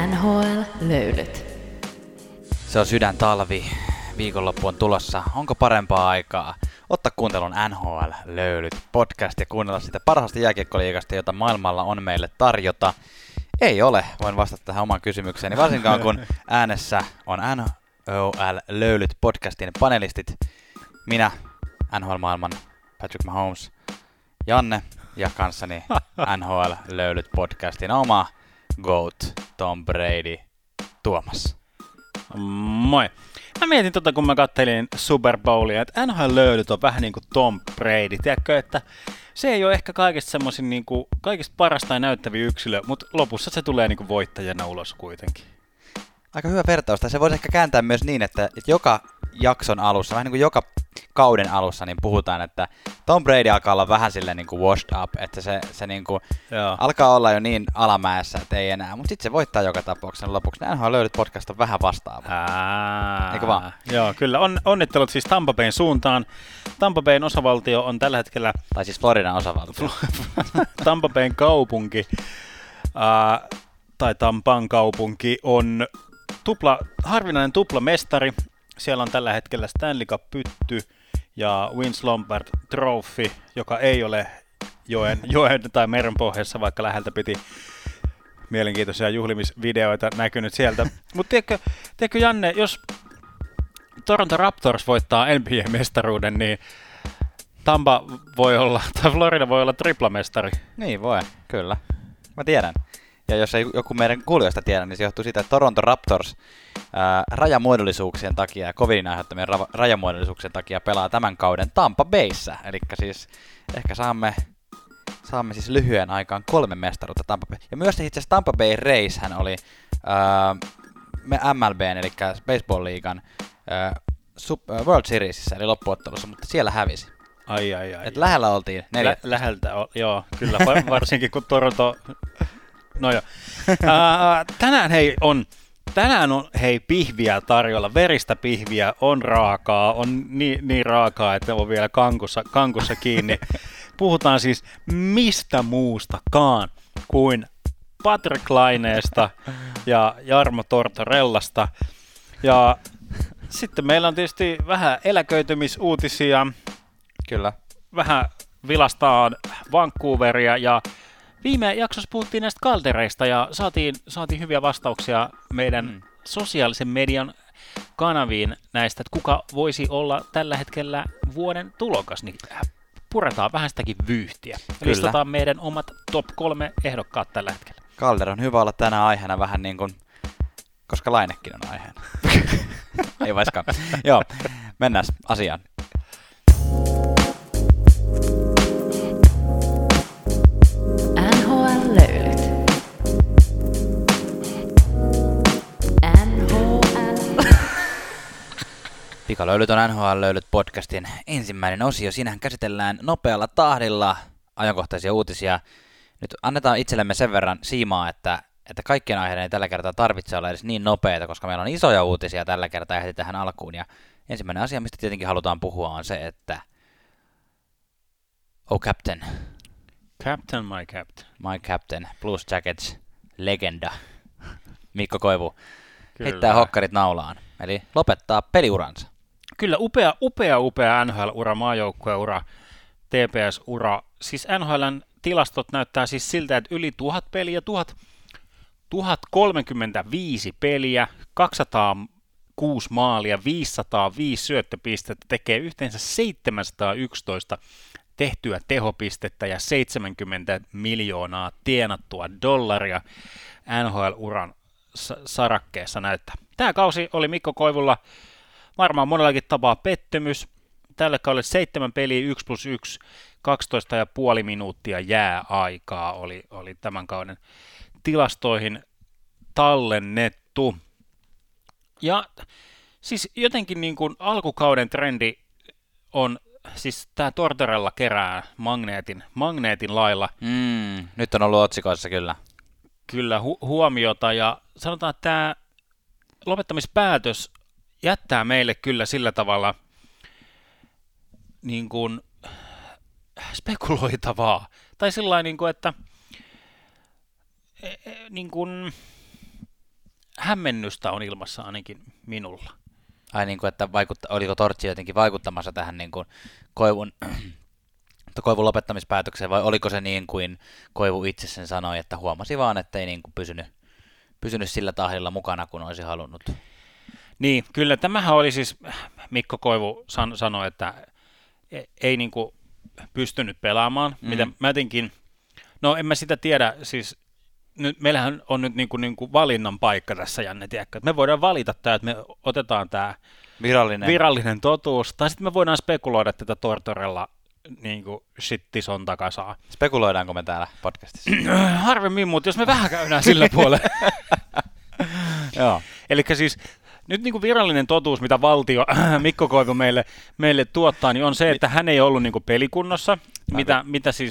NHL-löylyt. Se on sydäntalvi. Viikonloppu on tulossa. Onko parempaa aikaa ottaa kuuntelun NHL-löylyt podcast ja kuunnella sitä parhaasta jääkiekkoliigasta, jota maailmalla on meille tarjota? Ei ole. Voin vastata tähän omaan kysymykseeni. Varsinkaan kun äänessä on NHL-löylyt podcastin panelistit. Minä, NHL-maailman Patrick Mahomes, Janne ja kanssani NHL-löylyt podcastin oma GOAT Tom Brady, Tuomas. Moi. Mä mietin kun mä kattelin Super Bowlia, että NHL-löylyt on vähän niin kuin Tom Brady. Tiedätkö, että se ei ole ehkä kaikista semmoisin niin kuin kaikista parasta ja näyttäviä yksilö, mutta lopussa se tulee niin kuin voittajana ulos kuitenkin. Aika hyvä vertaus. Se voisi ehkä kääntää myös niin, että joka jakson alussa, vähän niin kuin joka kauden alussa, niin puhutaan, että Tom Brady alkaa olla vähän silleen niin kuin washed up, että se niin kuin alkaa olla jo niin alamäessä, että ei enää, mutta sitten se voittaa joka tapauksessa lopuksi. NHL-löylyt podcast on vähän vastaava. Eikö vaan? Joo, kyllä. Onnittelut siis Tampa Bayn suuntaan. Tampa Bayn osavaltio on tällä hetkellä... Tai siis Floridan osavaltio. Tampa Bayn kaupunki, tai Tampan kaupunki on harvinainen tuplamestari. Siellä on tällä hetkellä Stanley Cup-pytty ja Vince Lombard Trophy, joka ei ole joen tai meren pohjassa, vaikka läheltä piti mielenkiintoisia juhlimisvideoita näkynyt sieltä. Mutta tiedätkö Janne, jos Toronto Raptors voittaa NBA-mestaruuden, niin Tampa voi olla, tai Florida voi olla triplamestari. Niin voi, kyllä. Mä tiedän. Ja jos ei joku meidän kuulijoista tiedä, niin se johtuu siitä, että Toronto Raptors rajamuodollisuuksien takia ja COVIDin aiheuttamien rajamuodollisuuksien takia pelaa tämän kauden Tampa Bayssä. Eli siis ehkä saamme siis lyhyen aikaan 3 mestaruutta Tampa Bay. Ja myös itse asiassa Tampa Bay Rays hän oli MLBn, eli Baseball-liigan World Seriesissä, eli loppuottelussa, mutta siellä hävisi. Ai. Et lähellä oltiin. Läheltä, joo, kyllä, varsinkin kun Toronto... No joo. Tänään on pihviä tarjolla, veristä pihviä, on raakaa, on niin raakaa, että on vielä kankussa kiinni. Puhutaan siis mistä muustakaan kuin Patrick Laineesta ja Jarmo Tortorellasta. Ja sitten meillä on tietysti vähän eläköitymisuutisia. Kyllä. Vähän vilastaan Vancouveria ja viime jaksossa puhuttiin näistä kaltereista ja saatiin hyviä vastauksia meidän sosiaalisen median kanaviin näistä, että kuka voisi olla tällä hetkellä vuoden tulokas, niin puretaan vähän sitäkin vyyhtiä. Kyllä. Listataan meidän omat top 3 ehdokkaat tällä hetkellä. Calder on hyvä olla tänään aiheena vähän niin kuin, koska Lainekin on aiheena. Ei vaiskaan. Joo, mennään asiaan. NHL-löylyt. Pikalöylyt on NHL-löylyt podcastin ensimmäinen osio. Siinähän käsitellään nopealla tahdilla ajankohtaisia uutisia. Nyt annetaan itsellemme sen verran siimaa, että kaikkien aiheiden ei tällä kertaa tarvitse olla edes niin nopeita, koska meillä on isoja uutisia tällä kertaa heti tähän alkuun. Ja ensimmäinen asia, mistä tietenkin halutaan puhua, on se, että oh captain. Captain, my captain. My captain, Blues Jackets, legenda. Mikko Koivu Kyllä. heittää hokkarit naulaan, eli lopettaa peliuransa. Kyllä, upea NHL-ura, maajoukkueura, TPS-ura. Siis NHL:n tilastot näyttää siis siltä, että yli 1000 peliä, 1035 peliä, 206 maalia, 505 syöttöpistettä, tekee yhteensä 711 tehtyä tehopistettä ja 70 miljoonaa tienattua dollaria NHL-uran sarakkeessa näyttää. Tämä kausi oli Mikko Koivulla varmaan monellakin tapaa pettymys. Tälle kaudelle 7 peliä 1+1, 12,5 minuuttia jääaikaa oli tämän kauden tilastoihin tallennettu. Ja siis jotenkin niin kuin alkukauden trendi on, siis tämä Tortorella kerää magneetin lailla. Nyt on ollut otsikoissa kyllä. Kyllä huomiota ja sanotaan, että tämä lopettamispäätös jättää meille kyllä sillä tavalla niin kuin spekuloitavaa. Tai sillain, niin kuin, että niin kuin, hämmennystä on ilmassa ainakin minulla. Ai niin kuin, että oliko Tortsi jotenkin vaikuttamassa tähän niin kuin Koivun lopettamispäätökseen, vai oliko se niin kuin Koivu itse sen sanoi, että huomasi vaan, että ei niin kuin pysynyt sillä tahdilla mukana, kun olisi halunnut? Niin, kyllä tämähän oli siis, Mikko Koivu sanoi, että ei niin kuin pystynyt pelaamaan, mitä mä jotenkin, no en mä sitä tiedä, siis nyt, meillähän on nyt niin kuin valinnan paikka tässä, Janne, tiedätkö, että me voidaan valita tämä, että me otetaan tämä virallinen totuus, tai sitten me voidaan spekuloida tätä Tortorella niin kuin shittis-on takasaa. Spekuloidaanko me täällä podcastissa? Harvemmin, mutta jos me vähän käydään sillä puolella. Joo. Eli siis nyt niin kuin virallinen totuus, mitä valtio Mikko Koivu meille tuottaa, niin on se, että hän ei ollut niin kuin pelikunnossa, mitä siis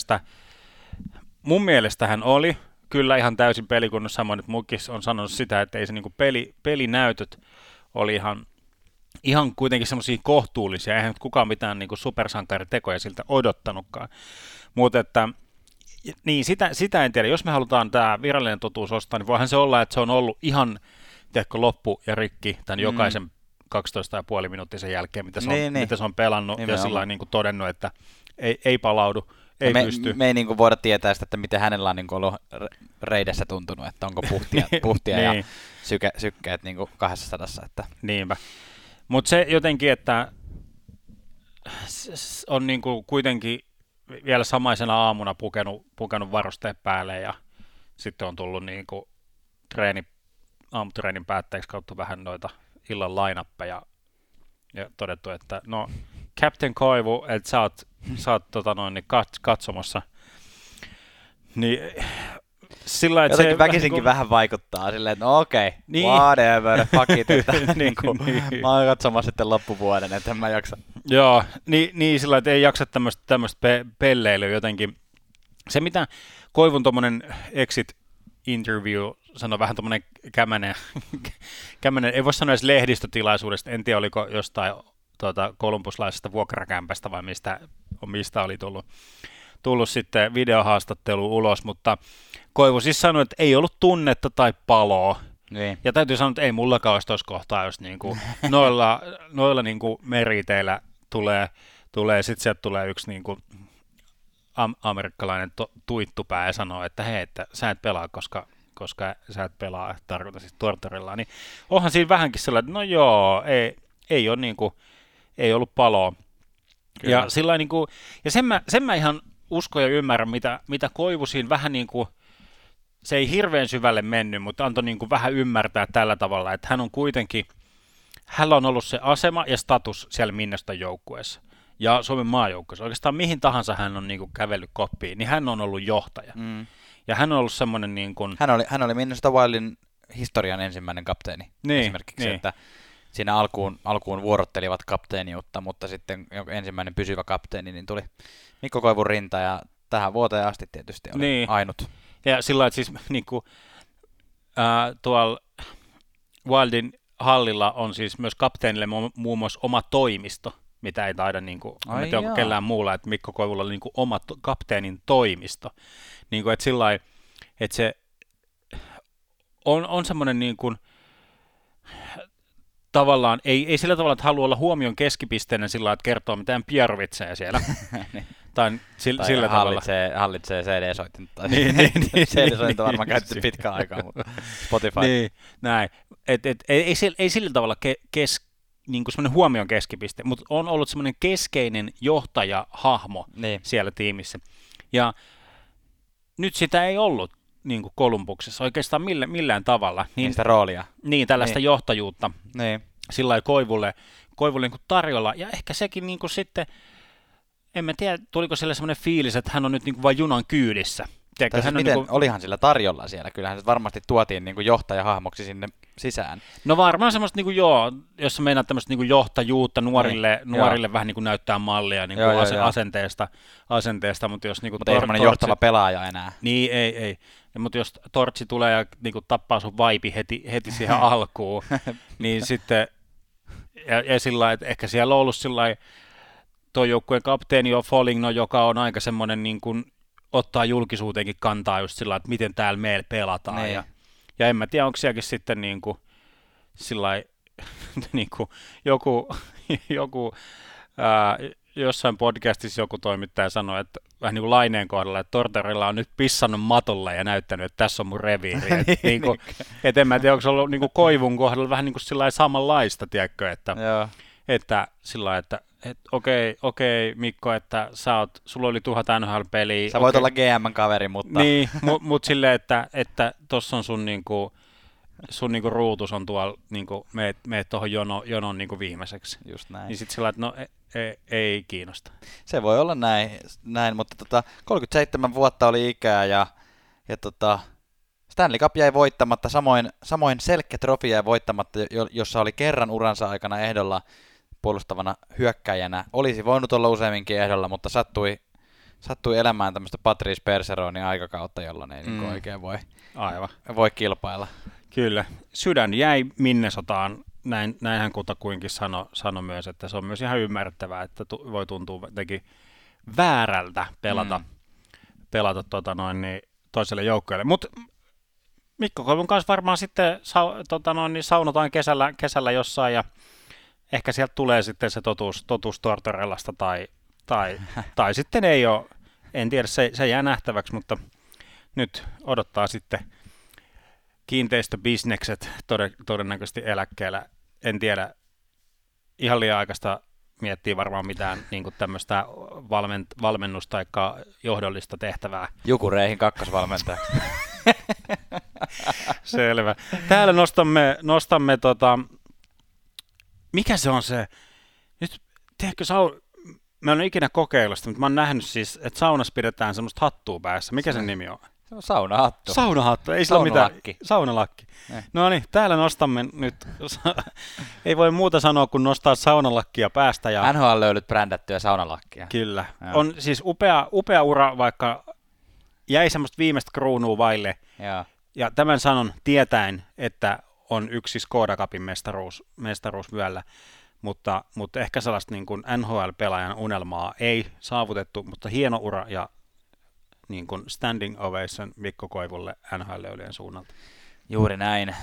mun mielestä hän oli kyllä ihan täysin pelikunnossa. Samoin, että Mukis on sanonut sitä, että ei se niin kuin pelinäytöt oli ihan kuitenkin semmoisia kohtuullisia, eihän nyt kukaan mitään niin kuin supersankaritekoja siltä odottanutkaan. Mutta että, niin sitä en tiedä, jos me halutaan tämä virallinen totuus ostaa, niin voihan se olla, että se on ollut ihan, tiedätkö, loppu ja rikki tämän jokaisen 12,5 minuuttisen jälkeen, mitä se on pelannut, ja sillä niin kuin todennut, että ei palaudu, ei pysty. Me ei niin kuin voida tietää sitä, että miten hänellä on niin kuin ollut reidessä tuntunut, että onko puhtia ja sykkeet niin kuin 200. Että. Niinpä. Mutta se jotenkin, että on niinku kuitenkin vielä samaisena aamuna pukenut varusteet päälle ja sitten on tullut niinku aamutreenin päätteeksi kautta vähän noita illan line-appeja ja todettu, että no Captain Koivu, että sä oot katsomassa, niin sillä, että jotenkin väkisinkin niin vähän vaikuttaa silleen, että no okei, whatever, fuck it, että mä oon katsomassa sitten loppuvuoden, että en mä jaksa. Joo, niin sillä, että ei jaksa tämmöistä pelleilyä jotenkin. Se mitä Koivun tommonen exit interview sanoi vähän tommonen kämänen, ei voi sanoa edes lehdistötilaisuudesta, en tiedä oliko jostain kolumbuslaisesta vuokrakämpästä vai mistä oli tullut sitten videohaastattelu ulos, mutta Koivu siis sanoi, että ei ollut tunnetta tai paloa. Niin. Ja täytyy sanoa, että ei mullakaan olisi tuossa kohtaa, jos niinku noilla niinku meriteillä tulee sitten sieltä tulee yksi niinku amerikkalainen tuittupää ja sanoo, että hei, että sä et pelaa, koska sä et pelaa, tarkoitan siis Tortorella. Niin onhan siinä vähänkin sellainen, että no joo, ei ole niinku, ei ollut paloa. Kyllä. Ja sillä niinku, ja sen mä ihan uskon ja ymmärrän, mitä Koivu siinä vähän niin kuin, se ei hirveän syvälle mennyt, mutta antoi niin kuin vähän ymmärtää tällä tavalla, että hän on kuitenkin, hänellä on ollut se asema ja status siellä Minnestan joukkueessa ja Suomen maajoukkueessa. Oikeastaan mihin tahansa hän on niin kuin kävellyt koppiin, niin hän on ollut johtaja. Ja hän on ollut semmoinen niin kuin... Hän oli Minnesota Wildin historian ensimmäinen kapteeni esimerkiksi, että siinä alkuun vuorottelivat kapteeniutta, mutta sitten ensimmäinen pysyvä kapteeni niin tuli Mikko Koivun rinta ja tähän vuoteen asti tietysti oli ainut. Ja sillä että siis niin kuin, tuolla Wildin hallilla on siis myös kapteenille muun muassa oma toimisto, mitä ei taida, niin kuin, en tiedä onko kellään muulla, että Mikko Koivulla oli niin kuin oma kapteenin toimisto. Niin kuin, että sillä lailla, että se on semmoinen niin kuin, tavallaan, ei sillä tavalla, että haluaa olla huomion keskipisteenä sillä lailla, että kertoo mitään pierovitseja siellä. Tai sillä tavalla. Hallitsee CD-soitinta. Niin, CD-soitinta varmaan käytetty pitkään aikaa, mutta Spotify. Niin, näin. Ei sillä tavalla niin kuin semmoinen huomion keskipiste, mutta on ollut semmoinen keskeinen johtajahahmo siellä tiimissä. Ja nyt sitä ei ollut niin kuin Kolumbuksessa oikeastaan millään tavalla. Niin sitä roolia. Niin, tällaista johtajuutta. Niin. Sillä lailla Koivulle niin kuin tarjolla. Ja ehkä sekin niin kuin sitten, en mä tiedä, tuliko sille semmoinen fiilis, että hän on nyt niin kuin vain junan kyydissä. Siis miten, niin kuin... olihan sillä tarjolla siellä? Kyllähän se varmasti tuotiin niin kuin johtajahahmoksi sinne sisään. No varmaan semmoista, niin kuin, jos sä meinaat tämmöistä niin kuin johtajuutta nuorille vähän niin kuin näyttää mallia niin kuin asenteesta, mutta jos... Niin kuin ei semmoinen johtava pelaaja enää. Niin, ei. Ja, mutta jos Tortsi tulee ja niin kuin tappaa sun vaipi heti siihen alkuun, niin sitten... Ja sillä lailla, että ehkä siellä on ollut sillä lailla, tuo joukkueen kapteeni on Foligno, joka on aika semmoinen niin kuin ottaa julkisuuteenkin kantaa just sillä, että miten täällä meillä pelataan. Ja en mä tiedä, onko sielläkin sitten niinku sillai, niinku joku jossain podcastissa joku toimittaja sanoi, että vähän niin kuin Laineen kohdalla, että Tortorella on nyt pissannut matolle ja näyttänyt, että tässä on mun reviiri. Et en mä tiedä, onko se ollut niinku Koivun kohdalla vähän niin kuin sillai samanlaista, tiedätkö, että sillai, että okei, Mikko, että sulla oli 1000 NHL-peliä. Sä voit olla GM-kaveri, mutta... Niin, mutta silleen, että tossa on sun ruutus on tuolla, niinku, meet tuohon jonon niinku viimeiseksi. Just näin. Niin sitten sillä että no ei kiinnosta. Se voi olla näin mutta 37 vuotta oli ikää ja Stanley Cup jäi voittamatta, samoin Selke Trophy jäi voittamatta, jossa oli kerran uransa aikana ehdolla puolustavana hyökkäjänä. Olisi voinut olla useamminkin ehdolla, mutta sattui elämään tämmöistä Patrice Bergeronin aikakautta, jolloin ei niin oikein voi kilpailla. Kyllä. Sydän jäi Minnesotaan. Näinhän kutakuinkin sanoi myös, että se on myös ihan ymmärrettävää, että voi tuntua jotenkin väärältä pelata toiselle joukkueelle. Mutta Mikko Koivun kanssa varmaan sitten saunotaan kesällä jossain ja ehkä sieltä tulee sitten se totuus Tortorellasta tai sitten ei ole, en tiedä, se jää nähtäväksi, mutta nyt odottaa sitten kiinteistöbisnekset todennäköisesti eläkkeellä. En tiedä, ihan liian aikaista miettii varmaan mitään niin tämmöistä valmennus- tai johdollista tehtävää. Jukureihin kakkosvalmentaja. Selvä. Täällä nostamme mikä se on se? Nyt, tiedätkö, mä en ole ikinä kokeillut sitä, mutta mä oon nähnyt siis, että saunassa pidetään semmoista hattua päässä. Mikä sen nimi on? Se on saunahattu. Saunahattu, ei sillä ole mitään. Saunalakki. No niin, täällä nostamme nyt, ei voi muuta sanoa kuin nostaa saunalakkia päästä. Ja... NHL löydyt brändättyä saunalakkia. Kyllä. Joo. On siis upea ura, vaikka jäi semmoista viimeistä kruunua vaille. Joo. Ja tämän sanon tietäen, että on yksi Skoda Cupin mestaruus vyöllä. Mutta ehkä sellaista niin kuin NHL-pelaajan unelmaa ei saavutettu, mutta hieno ura ja niin kuin standing ovation Mikko Koivulle NHL-löylyjen suunnalta. Juuri näin.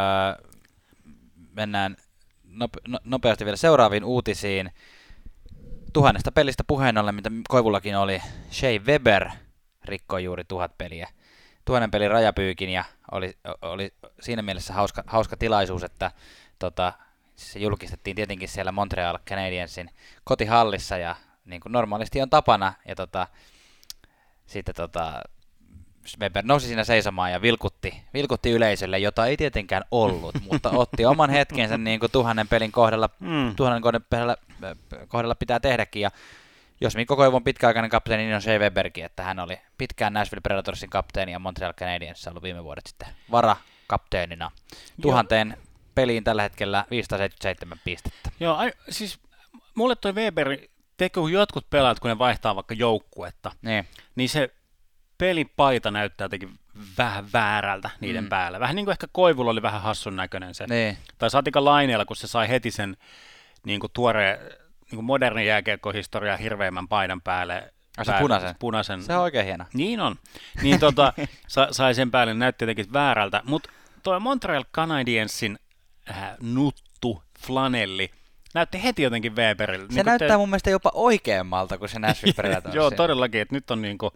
Mennään nopeasti vielä seuraaviin uutisiin. 1000 pelistä puheen ollen, mitä Koivullakin oli. Shea Weber rikkoi juuri 1000 peliä. 1000 pelin rajapyykin ja oli siinä mielessä hauska tilaisuus, että se julkistettiin tietenkin siellä Montreal Canadiensin kotihallissa ja niin kuin normaalisti on tapana ja sitten Weber nousi siinä seisomaan ja vilkutti yleisölle, jota ei tietenkään ollut, mutta otti oman hetkensä niin kuin 1000 pelin kohdalla, 1000 kohdalla pitää tehdäkin ja jos Mikko Koivu on pitkäaikainen kapteeni, niin on Shea Weberkin, että hän oli pitkään Nashville Predatorsin kapteeni ja Montreal Canadiensissa ollut viime vuodet sitten varakapteenina. 1000 peliin tällä hetkellä 577 pistettä. Joo, siis mulle toi Weber, kun jotkut pelaat, kun ne vaihtaa vaikka joukkuetta, niin se pelin paita näyttää jotenkin vähän väärältä niiden päällä. Vähän niin kuin ehkä Koivulla oli vähän hassun näköinen se. Niin. Tai Satika Laineella, kun se sai heti sen niin kuin niin modernin jääkiekkohistorian hirveimmän paidan päälle. Se punaisen. Se on oikein hieno. Niin on. Niin sai sen päälle, näytti jotenkin väärältä. Mutta tuo Montreal Canadiensin nuttu, flanelli, näytti heti jotenkin Weberiltä. Se niin näyttää mun mielestä jopa oikeammalta kuin se Nashville Predators. Joo, todellakin, että nyt on niinku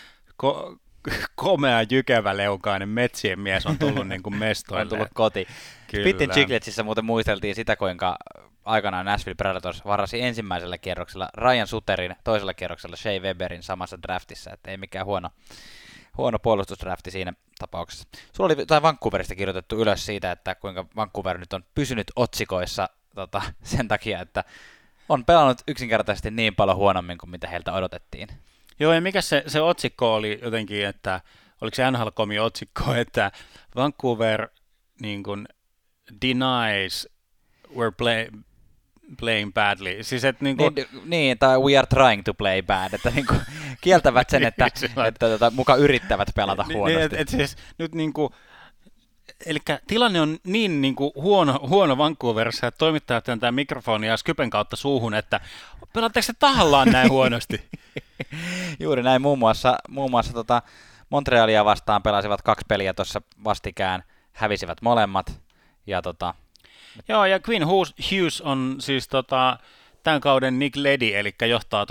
komea, jykevä leukainen metsien mies on tullut niinku mestoille. On tullut koti. Pittin Chicletsissä muuten muisteltiin sitä, kuinka aikanaan Nashville Predators varasi ensimmäisellä kierroksella Ryan Suterin, toisella kierroksella Shea Weberin samassa draftissa, että ei mikään huono puolustusdrafti siinä tapauksessa. Sulla oli Vancouverista kirjoitettu ylös siitä, että kuinka Vancouver nyt on pysynyt otsikoissa sen takia, että on pelannut yksinkertaisesti niin paljon huonommin kuin mitä heiltä odotettiin. Joo, ja mikä se otsikko oli jotenkin, että oliko se NHL.comin otsikko, että Vancouver niin kuin denies we're playing badly. Siis, että niin, tai we are trying to play bad, että niin kuin kieltävät sen, että muka yrittävät pelata huonosti. Siis, nyt niin kuin, eli tilanne on niin kuin huono Vancouverissa, että toimittajat työntää mikrofonia Skypen kautta suuhun, että pelaatteko te tahallaan näin huonosti? Juuri näin, muun muassa Montrealia vastaan pelasivat 2 peliä tuossa vastikään. hävisivät molemmat. Ja Joo, ja Quinn Hughes on siis tämän kauden Nick Leddy, eli johtaa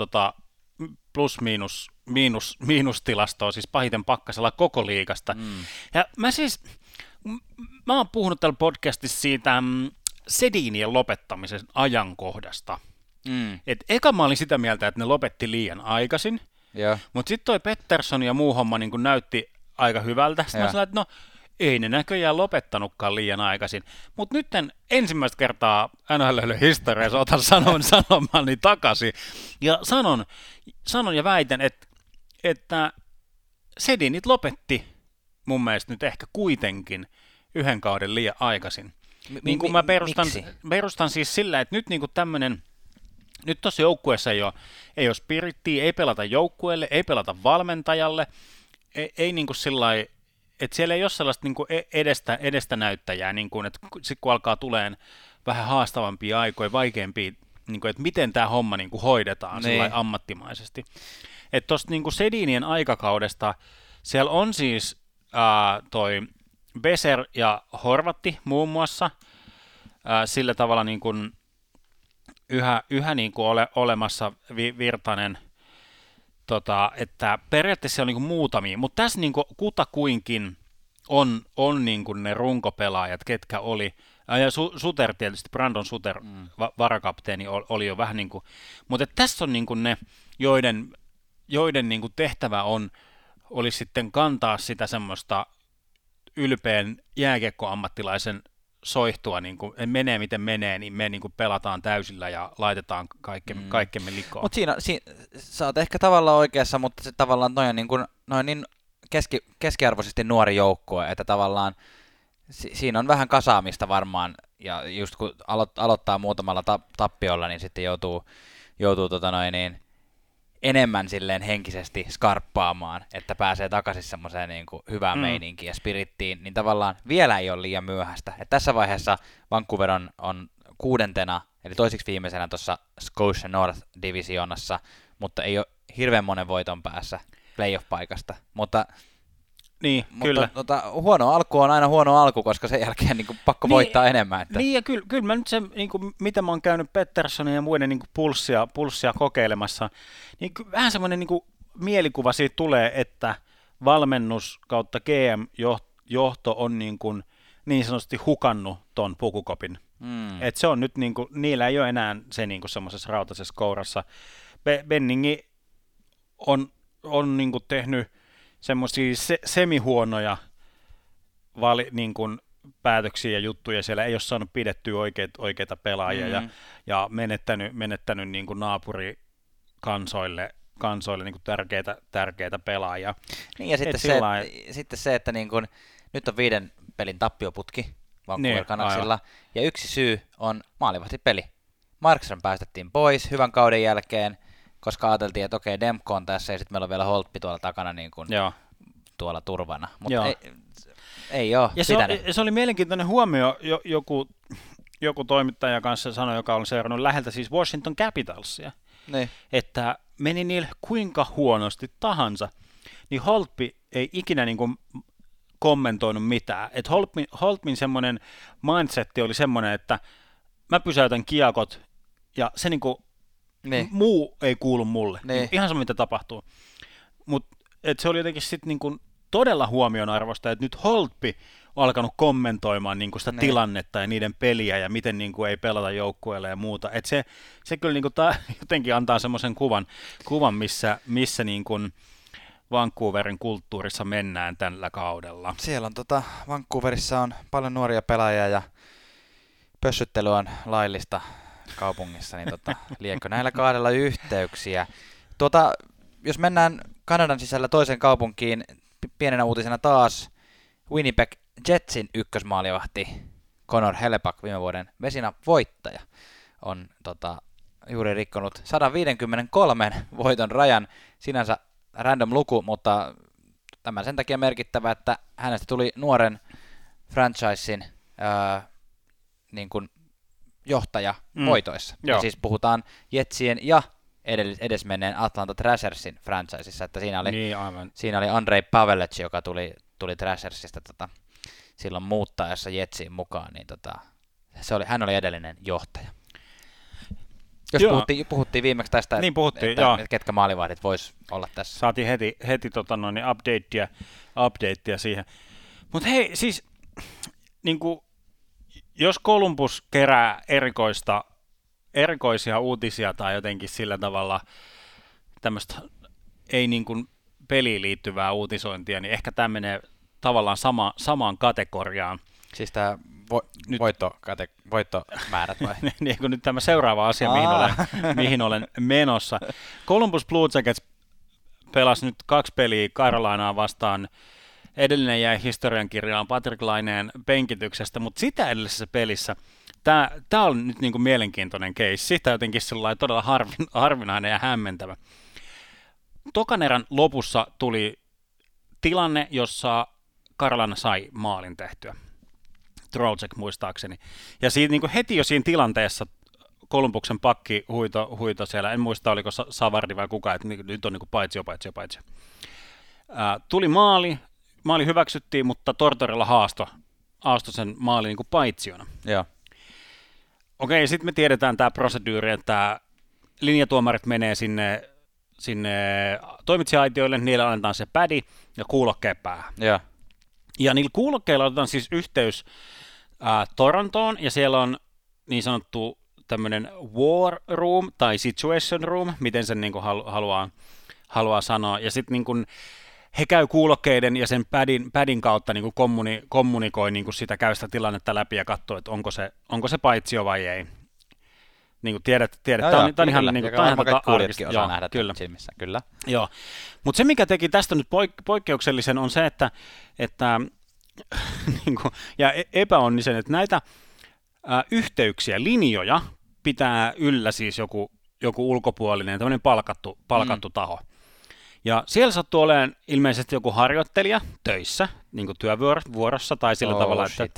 plus-miinustilastoa, siis pahiten pakkasella koko liigasta. Ja mä oon puhunut tällä podcastissa siitä Sedinien lopettamisen ajankohdasta. Et eka mä olin sitä mieltä, että ne lopetti liian aikaisin, mutta sitten toi Pettersson ja muu homma niin kun näytti aika hyvältä. Sitten mä sanoin, että no ei ne näköjään lopettanutkaan liian aikaisin. Mutta nyt ensimmäistä kertaa NHL-historiassa otan sanomani takaisin. Ja sanon ja väitän, että Sedinit lopetti mun mielestä nyt ehkä kuitenkin yhden kauden liian aikaisin. Niin kuin mä perustan siis sillä, että nyt niinku tämmöinen, nyt tuossa joukkueessa ei ole spirittiä, ei pelata joukkueelle, ei pelata valmentajalle, ei niinku sillai, että siellä ei ole sellaista niinku edestä näyttäjää, niinku, että sitten kun alkaa tulemaan vähän haastavampia aikoja, vaikeampia, niinku, että miten tämä homma niinku hoidetaan sillai ammattimaisesti. Että tuosta niinku Sedinien aikakaudesta siellä on siis toi Beser ja Horvatti muun muassa sillä tavalla niin kuin yhä niin kuin olemassa Virtanen, että periaatteessa se on niin kuin muutamia, mutta tässä niin kuin kutakuinkin on niin kuin ne runkopelaajat, ketkä oli, ja Suter tietysti, Brandon Suter, varakapteeni oli jo vähän niin kuin, mutta tässä on niin kuin ne, joiden niin kuin tehtävä oli sitten kantaa sitä semmoista ylpeän jääkiekkoammattilaisen soihtua, niin kuin menee miten menee, niin me niin kuin pelataan täysillä ja laitetaan kaikkemme likoon. Mutta siinä sä oot ehkä tavallaan oikeassa, mutta se tavallaan noin niin keskiarvoisesti nuori joukkue, että tavallaan siinä on vähän kasaamista varmaan, ja just kun aloittaa muutamalla tappiolla, niin sitten joutuu enemmän silleen henkisesti skarppaamaan, että pääsee takaisin semmoiseen niin kuin hyvään meininkiin ja spirittiin, niin tavallaan vielä ei ole liian myöhäistä. Et tässä vaiheessa Vancouver on 6. eli toiseksi viimeisenä tuossa Scotia North-divisioonassa, mutta ei ole hirveän monen voiton päässä playoff-paikasta. Mutta kyllä. Huono alku on aina huono alku, koska sen jälkeen niin kuin pakko voittaa enemmän. Että. Niin, ja kyllä mä nyt se, niin kuin, mitä mä oon käynyt Petterssonin ja muiden niin kuin pulssia kokeilemassa, niin vähän semmoinen niin kuin mielikuva siitä tulee, että valmennus kautta GM-johto on niin sanotusti hukannut ton pukukopin. Et se on nyt, niin kuin, niillä ei ole enää se niin kuin semmoisessa rautaisessa kourassa. Benningi on niin kuin tehnyt semmoisia semihuonoja niin kuin päätöksiä ja juttuja, siellä ei ole saanut pidettyä oikeita pelaajia ja menettänyt niin kuin naapurikansoille niin kuin tärkeitä pelaajia. Niin ja sitten se, että niin kuin, nyt on 5 pelin tappioputki Vancouver Canucksilla, ja yksi syy on maalivahtipeli. Markström päästettiin pois hyvän kauden jälkeen, koska ajateltiin, että okei, Demko on tässä ja sitten meillä on vielä Holtby tuolla takana niin kuin tuolla turvana, mutta ei ole pitänyt. Se oli mielenkiintoinen huomio, joku toimittaja kanssa sanoi, joka on seurannut läheltä siis Washington Capitalsia, että meni niille kuinka huonosti tahansa, niin Holtby ei ikinä niin kuin kommentoinut mitään. Et Holtbyn semmoinen mindsetti oli semmoinen, että mä pysäytän kiekot ja se niinku muu ei kuulu mulle. Ihan sama mitä tapahtuu. Mutta se oli jotenkin sitten niinku todella huomionarvoista, että nyt Holtby on alkanut kommentoimaan niinku sitä tilannetta ja niiden peliä ja miten niinku ei pelata joukkueelle ja muuta. Et se kyllä niinku jotenkin antaa semmoisen kuvan missä niinku Vancouverin kulttuurissa mennään tällä kaudella. Siellä on Vancouverissa on paljon nuoria pelaajia ja pössyttely on laillista kaupungissa, niin liekö näillä kahdella yhteyksiä. Jos mennään Kanadan sisällä toiseen kaupunkiin, pienenä uutisena taas Winnipeg Jetsin ykkösmaalivahti Connor Hellebuyck, viime vuoden Vezina voittaja, on juuri rikkonut 153 voiton rajan, sinänsä random luku, mutta tämä sen takia merkittävä, että hänestä tuli nuoren franchisein niin kuin johtaja voitoissa. Ja siis puhutaan Jetsien ja edesmenneen Atlanta Thrashersin franchiseissa, että siinä oli Andrei Pavelec, joka tuli Thrashersista silloin muuttaessa Jetsiin mukaan, niin hän oli edellinen johtaja. Jos puhuttiin viimeksi tästä, niin puhuttiin, että ketkä maalivahdit vois olla tässä. Saatiin heti updatea siihen. Mutta hei, siis niinku, jos Columbus kerää erikoisia uutisia tai jotenkin sillä tavalla tämmöistä ei niin kuin peliin liittyvää uutisointia, niin ehkä tämä menee tavallaan samaan kategoriaan. Siis tämä voittomäärät vai? Niin kuin nyt tämä seuraava asia, mihin olen menossa. Columbus Blue Jackets pelasi nyt 2 peliä Carolinaa vastaan. Edellinen jäi historiankirjaan Patrik Laineen penkityksestä, mutta sitä edellisessä pelissä tämä on nyt niin kuin mielenkiintoinen keissi. Tämä jotenkin sellainen todella harvinainen ja hämmentävä. Tokan erän lopussa tuli tilanne, jossa Carolina sai maalin tehtyä. Trocheck muistaakseni. Ja siitä, niin kuin heti jo siinä tilanteessa Columbuksen pakki huito siellä, en muista oliko Savardi vai kuka, että nyt on niin kuin paitsio. Tuli maali hyväksyttiin, mutta Tortorella haasto sen maalin niin kuin paitsiona. Joo. Okei, sitten me tiedetään tämä proseduuri, että linjatuomarit menee sinne toimitsija-aitioille, niillä annetaan se pädi ja kuulokkeen päähän. Joo. Ja niillä kuulokkeilla otetaan siis yhteys Torontoon, ja siellä on niin sanottu tämmöinen war room tai situation room, miten sen niin kuin haluaa sanoa, ja sitten niin he käy kuulokkeiden ja sen pädin kautta niin kuin kommunikoi niin kuin käy sitä tilannetta läpi ja katsoo, että onko se paitsio vai ei. Niin kuin tiedät, tämä on ihan niin kuin kuulijatkin osaa nähdä silmissä, kyllä. Joo, mutta se mikä teki tästä nyt poikkeuksellisen on se, että niin kuin, ja epäonnisen, että näitä yhteyksiä, linjoja pitää yllä siis joku ulkopuolinen, tämmöinen palkattu taho. Ja siellä sattuu olemaan ilmeisesti joku harjoittelija töissä, niin kuin työvuorossa tai sillä tavalla, että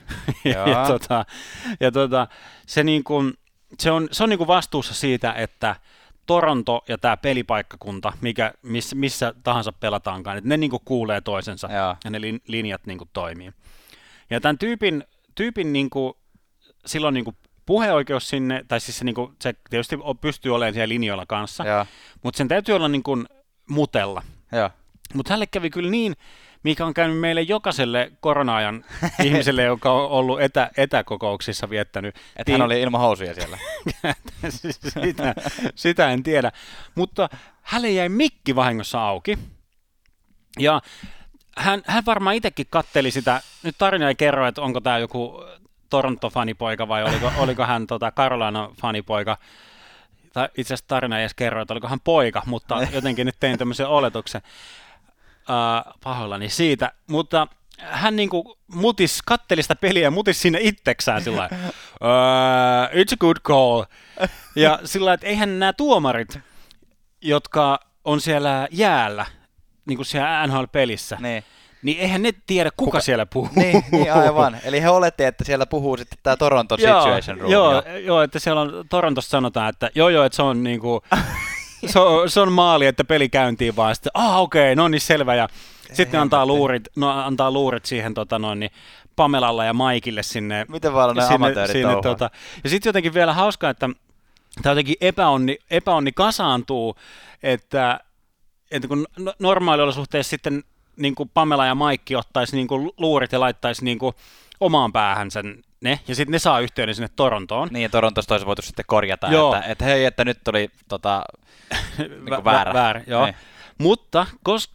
se niin kuin se on niin kuin vastuussa siitä, että Toronto ja tämä pelipaikkakunta, missä tahansa pelataankaan, että ne niin kuin kuulee toisensa ja ne linjat niin kuin toimii. Ja tämän tyypin niin kuin, silloin niin kuin puheoikeus sinne, tai siis se tietysti pystyy olemaan siellä linjoilla kanssa, mutta sen täytyy olla niin kuin mutella. Mutta hänelle kävi kyllä niin, mikä on käynyt meille jokaiselle korona-ajan ihmiselle, joka on ollut etäkokouksissa viettänyt. Että hän oli ilman housuja siellä. sitä en tiedä. Mutta hänelle jäi mikki vahingossa auki. Ja hän varmaan itsekin katteli sitä. Nyt tarina ei kerro, että onko tämä joku Toronto-fanipoika vai oliko hän Carolina-fanipoika. Itse asiassa tarina ei edes kerro, että oliko hän poika, mutta jotenkin nyt tein tämmöisen oletuksen. Pahoillani siitä, mutta hän niinku katteli sitä peliä ja mutisi sinne itseksään sillä it's a good call. Ja sillä että eihän nämä tuomarit, jotka on siellä jäällä, niin kuin siellä NHL-pelissä, niin eihän ne tiedä, kuka siellä puhuu. Niin aivan. Eli he oletti, että siellä puhuu sitten tämä Toronto Situation Room. Joo, että siellä on Torontossa sanotaan, että että se on niinku se on maali, että peli käyntiin vaan. Sitten, okei, no niin selvä. Ja sitten antaa luurit siihen niin Pamelalle ja Maikille sinne. Miten vaan ne amatöörit touhaa. Ja sitten jotenkin vielä hauskaa, että tämä jotenkin epäonni kasaantuu, että kun normaaliolosuhteessa sitten niin kuin Pamela ja Maikki ottaisi niin kuin luurit ja laittaisi niin kuin omaan päähän ne, ja sitten ne saa yhteyden sinne Torontoon. Niin, ja Torontossa olisi voitu sitten korjata, että hei, että nyt tuli niin väärä. Joo. Niin. Mutta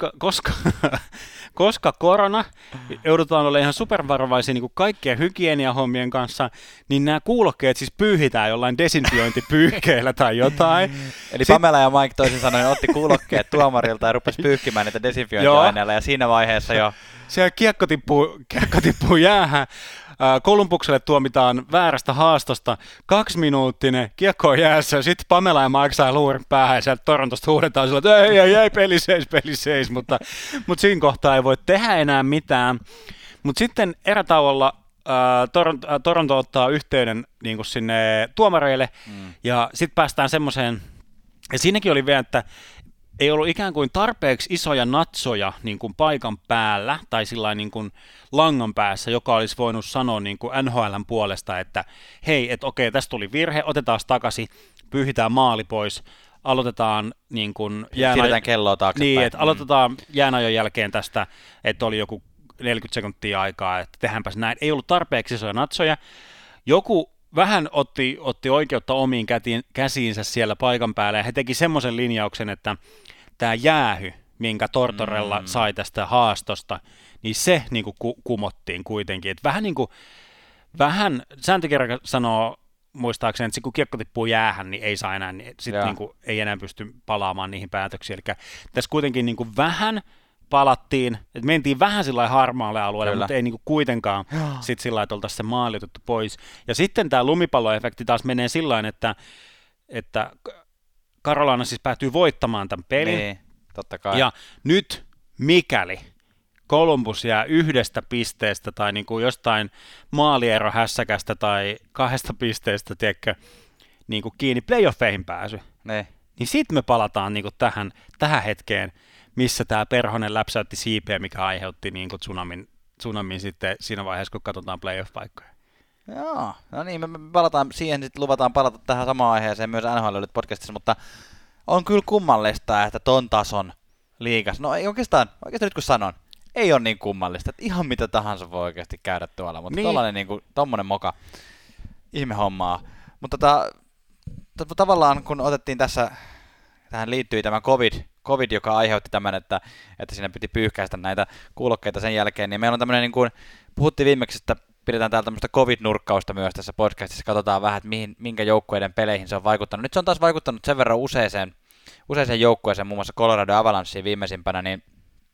koska korona, joudutaan olemaan ihan supervarovaisia niin kuin kaikkien hygieniahommien kanssa, niin nämä kuulokkeet siis pyyhitään jollain desinfiointipyyhkeillä tai jotain. Eli Pamela ja Mike toisin sanoen otti kuulokkeet tuomarilta ja rupesi pyyhkimään niitä desinfiointiaineilla, ja siinä vaiheessa jo siellä kiekko tippuu jäähän. Kolumbukselle tuomitaan väärästä haastosta 2-minuuttinen, kiekko on jäässä, ja sitten Pamela ja Mike saa luurin päähän, ja sieltä Torontosta huudetaan sillä, että ei, peli seis, mutta siinä kohtaa ei voi tehdä enää mitään. Mutta sitten erätauolla Toronto ottaa yhteyden niin kuin sinne tuomareille, ja sitten päästään semmoiseen, ja siinäkin oli vielä, että ei ollut ikään kuin tarpeeksi isoja natsoja niin kuin paikan päällä tai sillain niin kuin langan päässä, joka olisi voinut sanoa niin kuin NHL:n puolesta, että hei, että okei, tästä tuli virhe, otetaan takaisin, pyyhitään maali pois, aloitetaan niin kuin siirretään kelloa taaksepäin. Niin, että aloitetaan jäänajon jälkeen tästä, että oli joku 40 sekuntia aikaa, että tehdäänpäs näin. Ei ollut tarpeeksi isoja natsoja. Joku vähän otti oikeutta omiin käsiinsä siellä paikan päällä, ja he teki semmoisen linjauksen, että tämä jäähy, minkä Tortorella sai tästä haastosta, niin se niin kuin kumottiin kuitenkin. Että vähän sääntökirja sanoo muistaakseni, että kun kiekko tippuu jäähän, niin ei saa enää, niin sitten niin kuin, ei enää pysty palaamaan niihin päätöksiin. Eli tässä kuitenkin niin kuin vähän palattiin, että mentiin vähän sillä harmaalle alueelle, mutta ei niinku kuitenkaan sitten sillä lailla, että oltaisiin se maali otettu pois. Ja sitten tämä lumipalloefekti taas menee sillä tavalla, että Carolina siis päätyy voittamaan tämän pelin. Niin, totta kai. Ja nyt mikäli Columbus jää 1 pisteestä tai niinku jostain maalierohässäkästä tai 2 pisteestä, tiedätkö, niinku kiinni playoffeihin pääsy, niin sitten me palataan niinku tähän hetkeen, missä tämä perhonen läpsäytti siipeä, mikä aiheutti niin kuin tsunamin sitten siinä vaiheessa, kun katsotaan playoff-paikkoja. Joo, no niin, me palataan siihen, sitten luvataan palata tähän samaan aiheeseen myös NHL-podcastissa, mutta on kyllä kummallista, että ton tason liigas, no ei oikeastaan nyt kun sanon, ei ole niin kummallista, että ihan mitä tahansa voi oikeasti käydä tuolla, mutta niin. Tommonen moka, ihme hommaa. Mutta tavallaan kun otettiin tähän liittyi tämä COVID, joka aiheutti tämän, että siinä piti pyyhkäistä näitä kuulokkeita sen jälkeen, niin meillä on tämmöinen, niin kuin puhuttiin viimeksi, että pidetään täällä tämmöistä COVID-nurkkausta myös tässä podcastissa, katsotaan vähän, että minkä joukkueiden peleihin se on vaikuttanut. Nyt se on taas vaikuttanut sen verran useaseen joukkueeseen, muun muassa Colorado Avalanceen viimeisimpänä, niin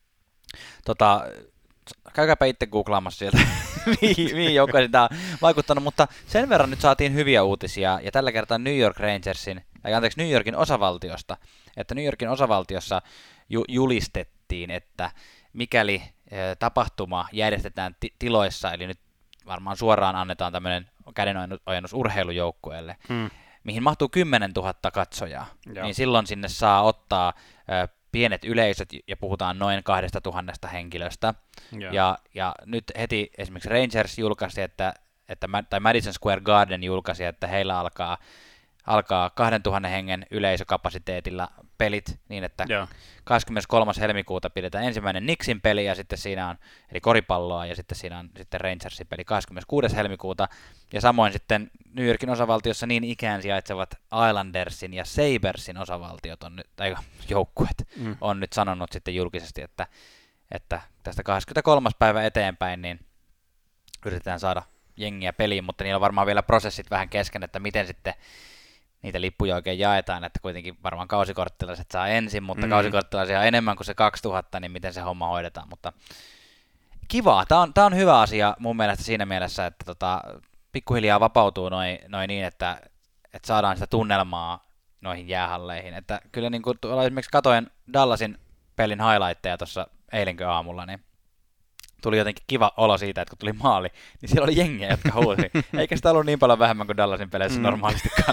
käykääpä itse googlaamassa sieltä, mihin joukkueisiin tämä on vaikuttanut, mutta sen verran nyt saatiin hyviä uutisia, ja tällä kertaa New Yorkin osavaltiosta, että New Yorkin osavaltiossa julistettiin, että mikäli tapahtuma järjestetään tiloissa, eli nyt varmaan suoraan annetaan tämmöinen kädenojennus urheilujoukkueelle, mihin mahtuu 10 000 katsojaa, niin silloin sinne saa ottaa pienet yleisöt, ja puhutaan noin 2 000 henkilöstä. Ja nyt heti esimerkiksi Rangers julkaisi, tai Madison Square Garden julkaisi, että heillä alkaa 2 000 hengen yleisökapasiteetilla pelit, niin että 23. helmikuuta pidetään ensimmäinen Knicksin peli, ja sitten siinä on, eli koripalloa, ja sitten siinä on sitten Rangersin peli 26. helmikuuta, ja samoin sitten New Yorkin osavaltiossa niin ikään sijaitsevat Islandersin ja Sabersin osavaltiot on nyt, tai joukkueet on nyt sanonut sitten julkisesti, että tästä 23. päivä eteenpäin, niin yritetään saada jengiä peliin, mutta niillä on varmaan vielä prosessit vähän kesken, että miten sitten niitä lippuja oikein jaetaan, että kuitenkin varmaan kausikorttilaiset saa ensin, mutta kausikorttilaisia on enemmän kuin se 2000, niin miten se homma hoidetaan, mutta kivaa. Tämä on hyvä asia mun mielestä siinä mielessä, että pikkuhiljaa vapautuu noin niin, että saadaan sitä tunnelmaa noihin jäähalleihin, että kyllä niin kuin esimerkiksi katoin Dallasin pelin highlightteja tuossa eilenkö aamulla, niin tuli jotenkin kiva olo siitä, että kun tuli maali, niin siellä oli jengiä, jotka huusi. Eikä sitä ollut niin paljon vähemmän kuin Dallasin peleissä normaalistikaan.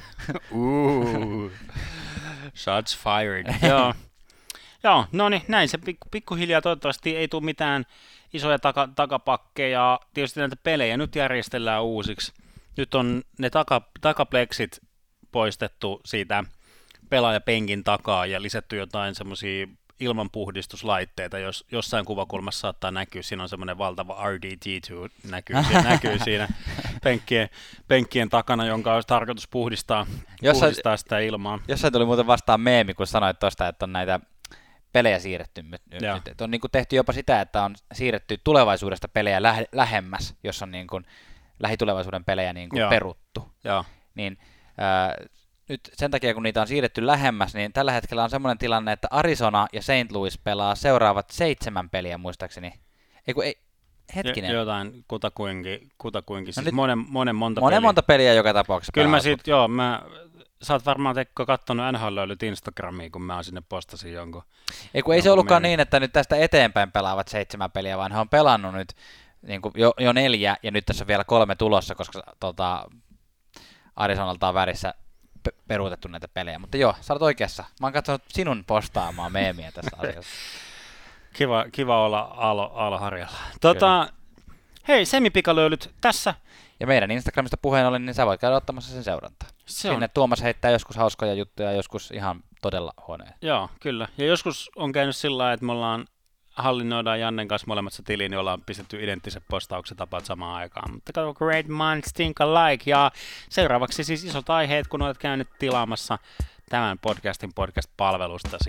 Shots fired. Joo, no niin, näin se pikkuhiljaa toivottavasti ei tule mitään isoja takapakkeja. Tietysti näitä pelejä nyt järjestellään uusiksi. Nyt on ne takapleksit poistettu siitä pelaajapenkin takaa ja lisätty jotain semmoisia ilmanpuhdistuslaitteita, jos jossain kuvakulmassa saattaa näkyä, siinä on semmoinen valtava RDT2 näkyy siinä penkkien takana, jonka olisi tarkoitus puhdistaa sitä ilmaa. Jossain tuli muuten vastaan meemi, kun sanoit tuosta, että on näitä pelejä siirretty nyt. On niin kuin tehty jopa sitä, että on siirretty tulevaisuudesta pelejä lähemmäs, jos on niin kuin lähitulevaisuuden pelejä niin kuin peruttu. Niin, nyt sen takia, kun niitä on siirretty lähemmäs, niin tällä hetkellä on semmoinen tilanne, että Arizona ja St. Louis pelaa seuraavat 7 peliä muistaakseni. Hetkinen. Jotain kutakuinkin. No Siis monta peliä. Monta peliä joka tapauksessa. Kyllä sä oot varmaan Tekko kattonut NHL-löylyt Instagramiin, kun mä sinne postasin jonkun. Ei se ollutkaan niin, että nyt tästä eteenpäin pelaavat 7 peliä, vaan he on pelannut nyt niin kuin jo 4, ja nyt tässä on vielä 3 tulossa, koska Arizonalta on värissä peruutettu näitä pelejä. Mutta joo, sä olet oikeassa. Mä oon katsonut sinun postaamaan meemiä tässä asiassa. Kiva olla Aalo-Harjalla. Hei, semipikalöylyt tässä. Ja meidän Instagramista puheen ollen, niin sä voit käydä ottamassa sen seurantaa. Sinne Tuomas heittää joskus hauskoja juttuja, joskus ihan todella huoneen. Joo, kyllä. Ja joskus on käynyt sillä lailla, että me hallinnoidaan Jannen kanssa molemmat se tili, niin ollaan pistetty identtiset postaukset tapat samaan aikaan. Mutta kato, great minds think alike. Ja seuraavaksi siis isot aiheet, kun olet käynyt tilaamassa tämän podcastin podcast-palvelustasi.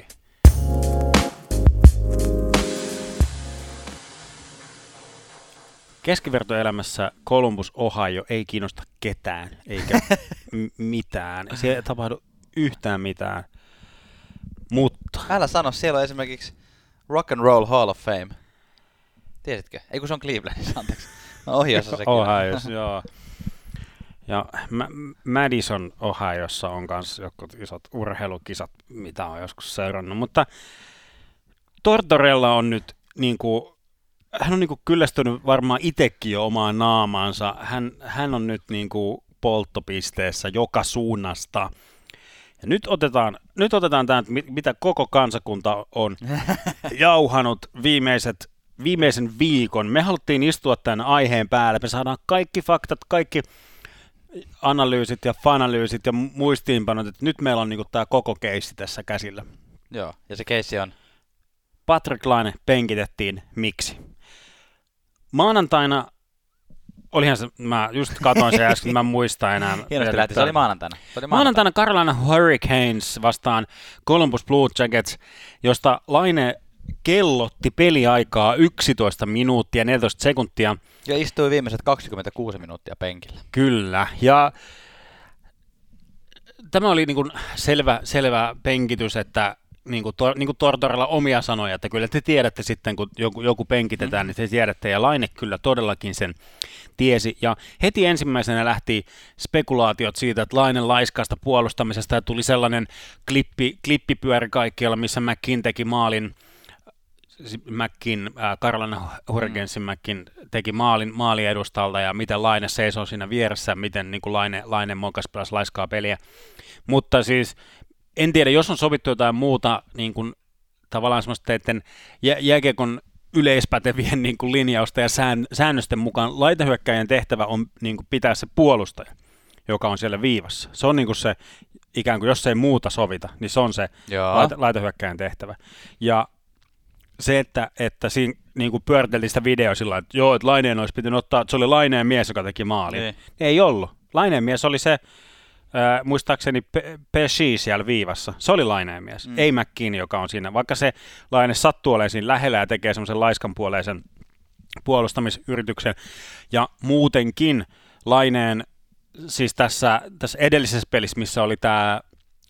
Keskivertoelämässä Columbus, Ohio ei kiinnosta ketään, eikä mitään. Se ei tapahdu yhtään mitään. Mutta... Älä sano, siellä on esimerkiksi Rock and Roll Hall of Fame. Tiesitkö? Ei kun se on Clevelandissa, anteeksi. No Ohiossa sekin. Ohiossa, joo. Ja Madison, Ohiossa on myös jotkut isot urheilukisat, mitä on joskus seurannut. Mutta Tortorella on nyt niinku... Hän on niinku kyllästynyt varmaan itsekin jo omaan naamaansa. Hän on nyt niinku polttopisteessä joka suunnasta. Ja nyt otetaan tämä, mitä koko kansakunta on jauhanut viimeisen viikon. Me haluttiin istua tämän aiheen päälle. Me saadaan kaikki faktat, kaikki analyysit ja fanalyysit ja muistiinpanot, että nyt meillä on niinku tämä koko keissi tässä käsillä. Joo, ja se keissi on? Patrik Laine penkitettiin. Miksi? Maanantaina, olihan se, mä just katsoin sen äsken, mä en muista enää. Hienosti lähti, se oli maanantaina. Maanantaina Carolina Hurricanes vastaan Columbus Blue Jackets, josta Laine kellotti peliaikaa 11 minuuttia 14 sekuntia. Ja istui viimeiset 26 minuuttia penkillä. Kyllä, ja tämä oli niin kuin selvä penkitys, että niin kuin Tortorella omia sanoja, että kyllä te tiedätte sitten, kun joku penkitetään, niin te tiedätte, ja Laine kyllä todellakin sen tiesi. Ja heti ensimmäisenä lähti spekulaatiot siitä, että Lainen laiskaasta puolustamisesta, ja tuli sellainen klippipyöri kaikkialla, missä McKinn teki maalin, Carolina Hurricanesin McKinn teki maali edustalta, ja miten Laine seisoo siinä vieressä, miten niin kuin Laine mokas pelas laiskaa peliä. Mutta siis en tiedä, jos on sovittu jotain muuta niin kuin, tavallaan semmoista jääkiekon yleispätevien niin kuin linjausta ja säännösten mukaan laitahyökkäjän tehtävä on niin kuin, pitää se puolustaja, joka on siellä viivassa. Se on niin kuin se, ikään kuin jos ei muuta sovita, niin se on se laitahyökkäjän tehtävä. Ja se, että siinä niin kuin pyöriteltiin sitä videoa sillä että joo, että Laineen olisi pitänyt ottaa, että se oli Laineen mies, joka teki maalin. Ei ollut. Laineen mies oli se, muistaakseni Pesci siellä viivassa. Se oli Laineen mies, ei McKinn, joka on siinä. Vaikka se Laine sattuu olemaan siinä lähellä ja tekee semmoisen laiskanpuoleisen puolustamisyrityksen. Ja muutenkin Laineen, siis tässä edellisessä pelissä, missä oli tämä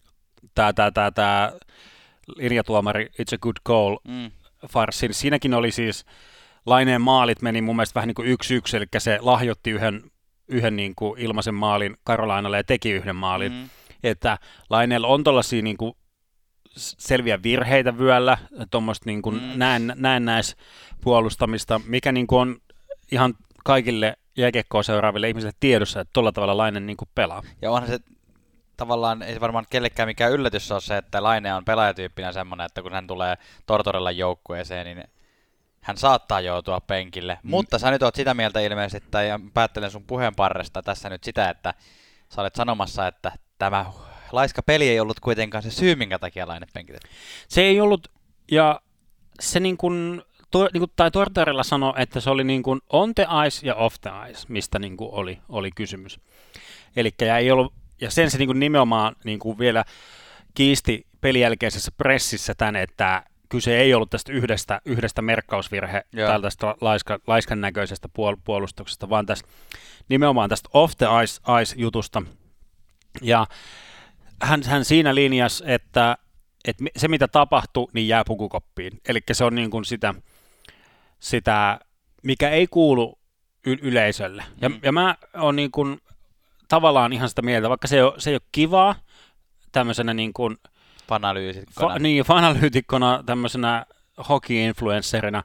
linjatuomari It's a Good Goal -farssi, siinäkin oli siis Laineen maalit meni mun mielestä vähän niin kuin 1-1, eli se lahjoitti yhden niin kuin ilmaisen maalin Carolinalle ja teki yhden maalin. Että Laineella on tuollaisia niin kuin selviä virheitä vyöllä, tuommoista niin kuin näennäispuolustamista, mikä niin kuin on ihan kaikille jääkiekkoa seuraaville ihmisille tiedossa, että tuolla tavalla Laine niin kuin pelaa. Ja onhan se tavallaan, ei se varmaan kellekään mikään yllätys ole se, että Laine on pelaajatyyppinä semmoinen, että kun hän tulee Tortorella joukkueeseen, niin hän saattaa joutua penkille, mutta sä nyt oot sitä mieltä ilmeisesti, tai päättelen sun puheenparresta tässä nyt sitä, että sä olet sanomassa, että tämä laiska peli ei ollut kuitenkaan se syy, minkä takia Laine penkitettiin. Se ei ollut, ja se niin kuin Tortorella sanoi, että se oli niin kuin on the ice ja off the ice, mistä niin kuin oli kysymys. Elikkä ei ollut, ja sen se niin kuin nimenomaan niin kuin vielä kiisti pelin jälkeisessä pressissä tän, että kyse ei ollut tästä yhdestä merkkausvirhe tästä laiskan näköisestä puolustuksesta, vaan tästä, nimenomaan tästä off the ice jutusta. Ja hän siinä linjasi, että se mitä tapahtui, niin jää pukukoppiin. Eli se on niin kuin sitä mikä ei kuulu yleisölle. Ja mä oon niin kuin tavallaan ihan sitä mieltä, vaikka se ei ole kivaa tämmöisenä niin kuin fanalyytikkona, tämmöisenä hockey-influencerina,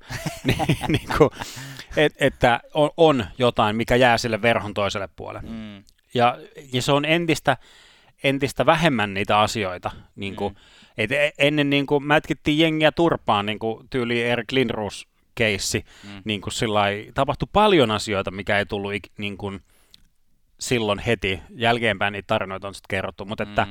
että on jotain, mikä jää sille verhon toiselle puolelle. Ja se on entistä vähemmän niitä asioita. Niin kuin, ennen niin kuin, mätkittiin jengiä turpaan, niin kuin tyyli Erik Lindroos-keissi. Niin kuin tapahtui paljon asioita, mikä ei tullut niin kuin, silloin heti. Jälkeenpäin niitä tarinoita on sitten kerrottu, mutta että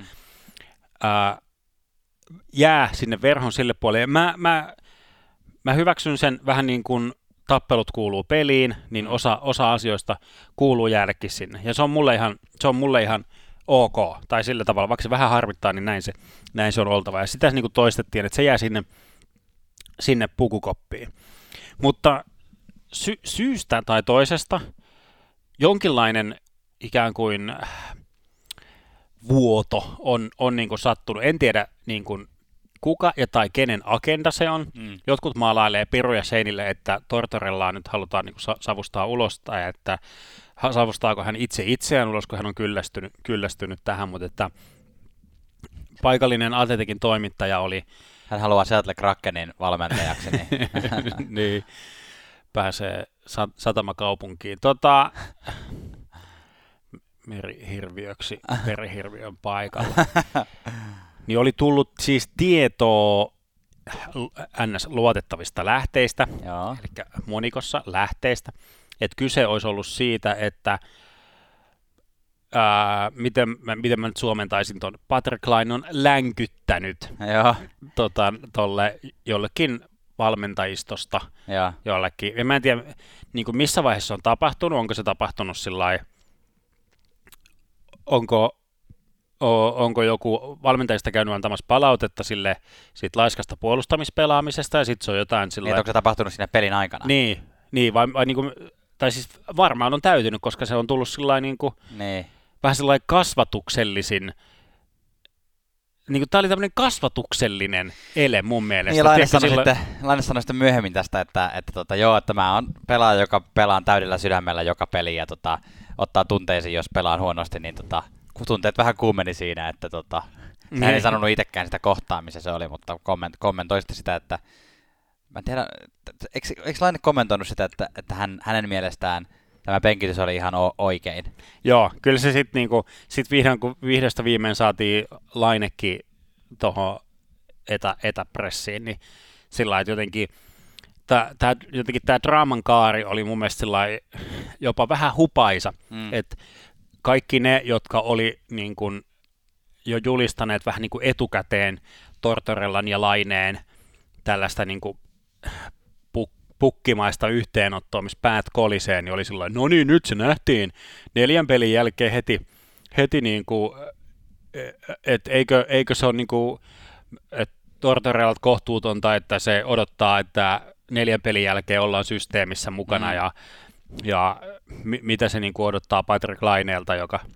jää sinne verhon sille puolelle. Mä hyväksyn sen vähän niin kuin tappelut kuuluu peliin, niin osa asioista kuuluu jäädäkin sinne. Ja se on mulle ihan ok, tai sillä tavalla, vaikka se vähän harmittaa, niin näin se on oltava. Ja sitä niin kuin toistettiin, että se jää sinne pukukoppiin. Mutta syystä tai toisesta jonkinlainen ikään kuin vuoto on niin kuin sattunut. En tiedä niin kuin kuka tai kenen agenda se on. Jotkut maalailee piruja seinille, että Tortorellaa nyt halutaan niin kuin savustaa ulos, tai että savustaako hän itseään ulos, kun hän on kyllästynyt tähän, mutta että paikallinen Atletikin toimittaja oli... Hän haluaa Seattle Krakenin valmentajaksi, niin... niin, pääsee satamakaupunkiin. Merihirviöksi, merihirviön paikalla. Niin oli tullut siis tietoa NS luotettavista lähteistä, eli monikossa lähteistä, että kyse olisi ollut siitä, että miten mä nyt suomentaisin tuon, Patrick Laine on länkyttänyt tolle jollekin valmentajistosta jollekin. Ja mä en tiedä, niin kuin missä vaiheessa se on tapahtunut, onko se tapahtunut sillai, onko joku valmentajista käynyt antamassa palautetta sille siitä laiskasta puolustamispelaamisesta, ja sitten se on jotain sillä... Niin, onko se tapahtunut siinä pelin aikana? Niin vai niin kuin, tai siis varmaan on täytynyt, koska se on tullut sillain niin kuin, vähän sellainen kasvatuksellisin, niin kuin tämä oli tämmöinen kasvatuksellinen ele mun mielestä. Niin, Laine sanoi sitten myöhemmin tästä, että mä oon pelaaja, joka pelaan täydellä sydämellä joka peli, ja ottaa tunteisiin, jos pelaan huonosti, niin tunteet vähän kuumeni siinä, että hän ei sanonut itsekään sitä kohtaa, missä se oli, mutta kommentoi sitä, että mä en tiedä, eikö Laine kommentoinut sitä, että hänen mielestään tämä penkitys oli ihan oikein? Joo, kyllä se sitten niinku, kun vihdosta viimein saatiin Lainekin tuohon etäpressiin, niin sillä lailla, että jotenkin tämä draaman kaari oli mun mielestä jopa vähän hupaisa, että kaikki ne, jotka oli niin kuin jo julistaneet vähän niin kuin etukäteen Tortorellan ja Laineen tällaista niin kuin pukkimaista yhteenottoa, missä päät kolisee, niin oli sellainen, no niin, nyt se nähtiin 4 pelin jälkeen heti niin kuin, että eikö se ole niin kuin, että Tortorellat kohtuutonta, että se odottaa, että 4 pelin jälkeen ollaan systeemissä mukana ja mitä se niin kuin odottaa Patrick Laineelta,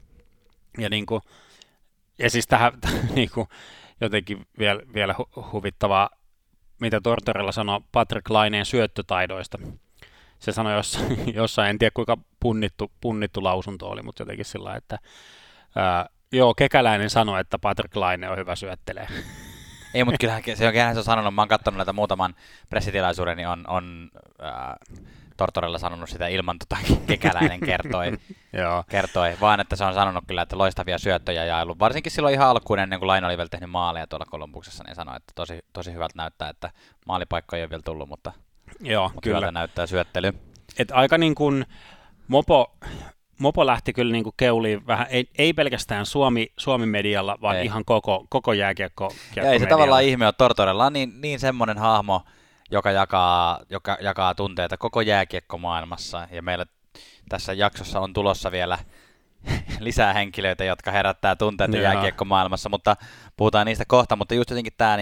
ja siis tähän niin kuin, jotenkin vielä huvittavaa, mitä Tortorella sanoi Patrick Laineen syöttötaidoista. Se sanoi jossain, en tiedä kuinka punnittu lausunto oli, mutta jotenkin sillä, että Kekäläinen sanoi, että Patrick Laine on hyvä syöttelee. Ei, mutta kyllähän se on sanonut, mä oon katsonut näitä muutaman pressitilaisuuden, niin on Tortorella sanonut sitä ilman Kekäläinen kertoi, vaan että se on sanonut kyllä, että loistavia syöttöjä jaillut. Varsinkin silloin ihan alkuun, ennen kuin Laine oli vielä tehnyt maaleja tuolla Kolumbuksessa, niin sanoi, että tosi hyvältä näyttää, että maalipaikka ei ole vielä tullut, mutta hyvältä näyttää syöttely. Et aika niin kuin Mopo lähti kyllä niin kuin keuliin vähän, ei pelkästään Suomi-medialla, vaan ihan koko jääkiekko. Ja ei se tavallaan ihme ole, Tortorella on niin semmoinen hahmo, joka jakaa tunteita koko jääkiekkomaailmassa, ja meillä tässä jaksossa on tulossa vielä lisää henkilöitä, jotka herättää tunteita jääkiekkomaailmassa, mutta puhutaan niistä kohta, mutta just jotenkin tämä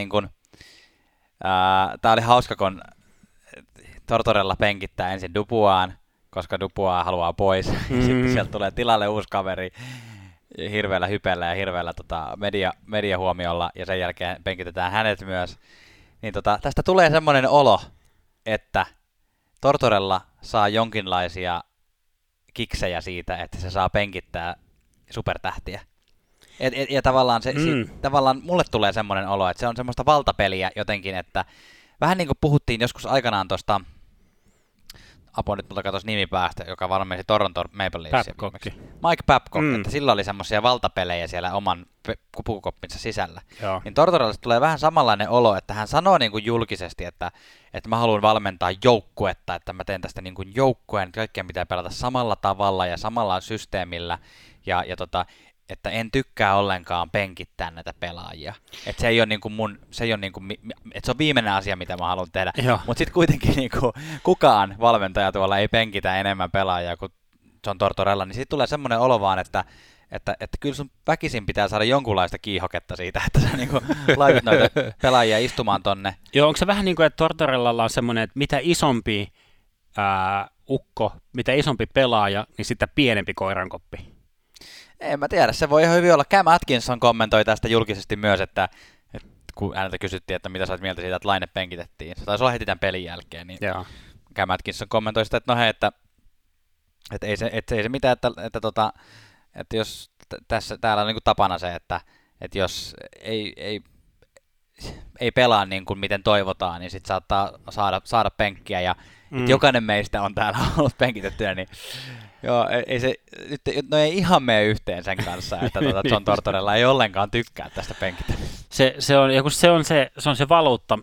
oli hauska, kun Tortorella penkittää ensin Dubuaan, koska Dubois haluaa pois, sitten sieltä tulee tilalle uusi kaveri hirveällä hypellä ja hirveällä mediahuomiolla, ja sen jälkeen penkitetään hänet myös. Niin tästä tulee semmoinen olo, että Tortorella saa jonkinlaisia kiksejä siitä, että se saa penkittää supertähtiä. Ja tavallaan mulle tulee semmoinen olo, että se on semmoista valtapeliä jotenkin, että vähän niin kuin puhuttiin joskus aikanaan tuosta Apo nyt multa katosi nimi päästä, joka varmaan Toronto Maple Leafsia. Babcock. Mike Babcock, että sillä oli semmoisia valtapelejä siellä oman pukukoppinsa sisällä. Joo. Niin Tortorellasta tulee vähän samanlainen olo, että hän sanoo niin kuin julkisesti, että mä haluan valmentaa joukkuetta, että mä teen tästä niin kuin joukkueen, että kaikkien pitää pelata samalla tavalla ja samalla systeemillä, ja että en tykkää ollenkaan penkittää näitä pelaajia. Että se ei ole niinku että se on viimeinen asia, mitä mä haluan tehdä. Mutta sitten kuitenkin niinku kukaan valmentaja tuolla ei penkitä enemmän pelaajia kuin John Tortorella, niin siitä tulee semmoinen olo vaan, että kyllä sun väkisin pitää saada jonkunlaista kiihoketta siitä, että sä niinku laitat noita pelaajia istumaan tonne. Joo, onko se vähän niin kuin, että Tortorellalla on semmoinen, että mitä isompi ukko, mitä isompi pelaaja, niin sitä pienempi koirankoppi. En mä tiedä, se voi ihan hyvin olla. Cam Atkinson kommentoi tästä julkisesti myös, että kun häneltä kysyttiin, että mitä sä oot mieltä siitä, että Laine penkitettiin. Se taisi olla heti tämän pelin jälkeen, niin Cam Atkinson kommentoi sitä, että no hei, että ei se mitään, että jos täällä on niin kuin tapana se, että jos ei pelaa niin kuin miten toivotaan, niin sit saattaa saada penkkiä, ja jokainen meistä on täällä ollut penkitettynä, niin joo, ei ihan mene yhteen sen kanssa, että John Tortorella ei ollenkaan tykkää tästä penkittämistä. Se on se valuutta,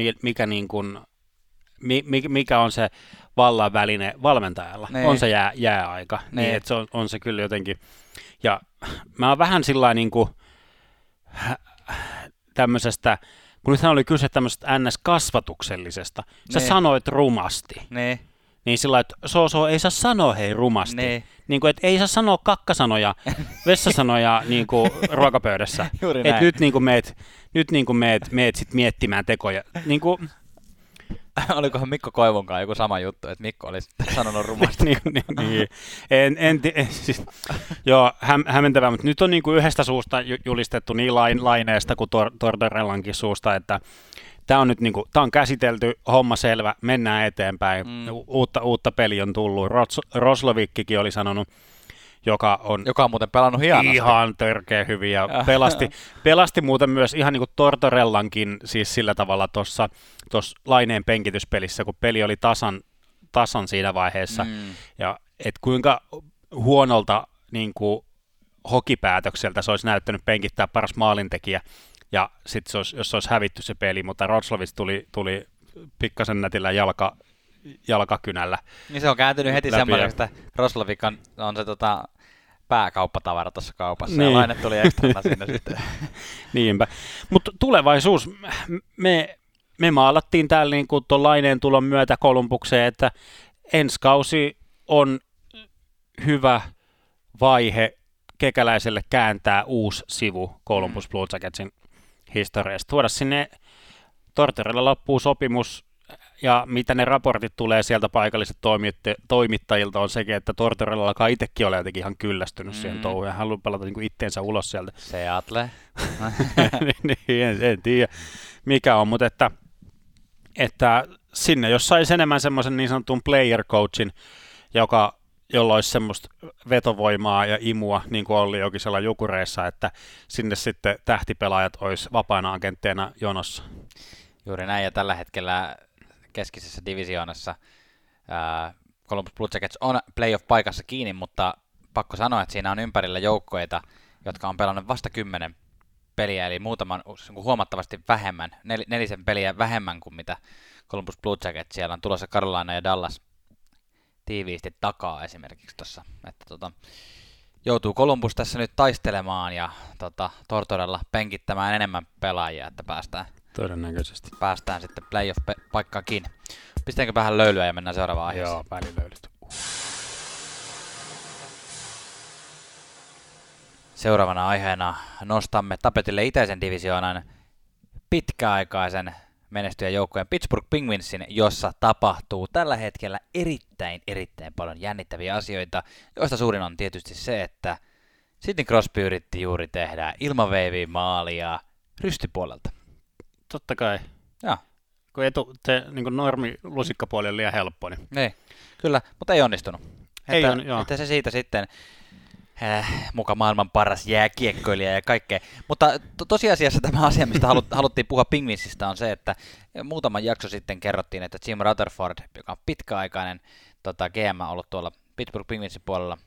mikä on se vallan väline valmentajalla. Ne. On se jääaika. Niin, että on se kyllä jotenkin. Ja mä oon vähän sillain niin kuin tämmöisestä, kun nythän oli kyse tämmöisestä NS-kasvatuksellisesta. Sä sanoit rumasti. Niin sillä että ei saa sanoa hei rumasti. Niin kuin, että ei saa sanoa kakkasanoja, vessasanoja niin kuin ruokapöydässä. Että nyt meet sit miettimään tekoja. Niin kuin, olikohan Mikko Koivunkaan joku sama juttu, että Mikko olisi sanonut rumasti? niin. Siis, joo, hämmentävää, mutta nyt on niin kuin yhdestä suusta julistettu niin Laineesta kuin Tortorellankin suusta, että tämä on nyt niin kuin, tämä on käsitelty, homma selvä, mennään eteenpäin, uutta peli on tullut. Roslovickikin oli sanonut, joka on muuten pelannut hienosti. Ihan törkeä hyvin ja pelasti muuten myös ihan niin kuin Tortorellankin siis sillä tavalla tuossa Laineen penkityspelissä, kun peli oli tasan siinä vaiheessa. Ja et kuinka huonolta niin kuin hokipäätökseltä se olisi näyttänyt penkittää paras maalintekijä. Ja sitten jos se olisi hävitty se peli, mutta Roslovic tuli pikkasen nätillä jalkakynällä. Niin se on kääntynyt heti semmoinen, että Roslovic on se pääkauppatavara tuossa kaupassa, niin. Ja Laine tuli ekstrana sinne sitten. Niinpä. Mutta tulevaisuus, me maalattiin täällä niin kuin tuon Laineen tulon myötä Columbukseen, että ensi kausi on hyvä vaihe Kekäläiselle kääntää uusi sivu Columbus Blue Jacketsin historiasta. Tuoda sinne Tortorella loppuu sopimus, ja mitä ne raportit tulee sieltä paikalliset toimittajilta on sekin, että Tortorella alkaa itsekin olla jotenkin ihan kyllästynyt siihen touhuun ja haluaa palata niin kuin itteensä ulos sieltä. Seattle. Niin, en tiedä mikä on, mutta että sinne jos saisi enemmän semmoisen niin sanotun player coachin, jolla olisi semmoista vetovoimaa ja imua, niin kuin Olli Jokisella Jukureissa, että sinne sitten tähtipelaajat olisi vapaana agentteina jonossa. Juuri näin, ja tällä hetkellä keskisessä divisioonassa Columbus Blue Jackets on playoff-paikassa kiinni, mutta pakko sanoa, että siinä on ympärillä joukkoita, jotka on pelannut vasta 10 peliä, eli huomattavasti vähemmän, 4 peliä vähemmän kuin mitä Columbus Blue Jackets. Siellä on tulossa Carolina ja Dallas tiiviisti takaa esimerkiksi tuossa, että joutuu Columbus tässä nyt taistelemaan ja Tortorella penkittämään enemmän pelaajia, että todennäköisesti päästään sitten playoff-paikkaan kiinni. Pistäänkö vähän löylyä ja mennään seuraavaan aiheeseen? Joo, välilöylyt. Seuraavana aiheena nostamme tapetille itäisen divisioonan pitkäaikaisen menestyjän joukkueen Pittsburgh Penguinsin, jossa tapahtuu tällä hetkellä erittäin paljon jännittäviä asioita, joista suurin on tietysti se, että Sidney Crosby yritti juuri tehdä ilmaveiviin maalia rystypuolelta. Totta kai. Joo. Kun niin normi lusikkapuoli on liian helppo. Niin. Kyllä, mutta ei onnistunut. Että se siitä sitten. muka maailman paras jääkiekkoilija ja kaikkea. Mutta tosiasiassa tämä asia, mistä haluttiin puhua Penguinsista, on se, että muutama jakso sitten kerrottiin, että Jim Rutherford, joka on pitkäaikainen GM ollut tuolla Pittsburgh Penguinsin puolella,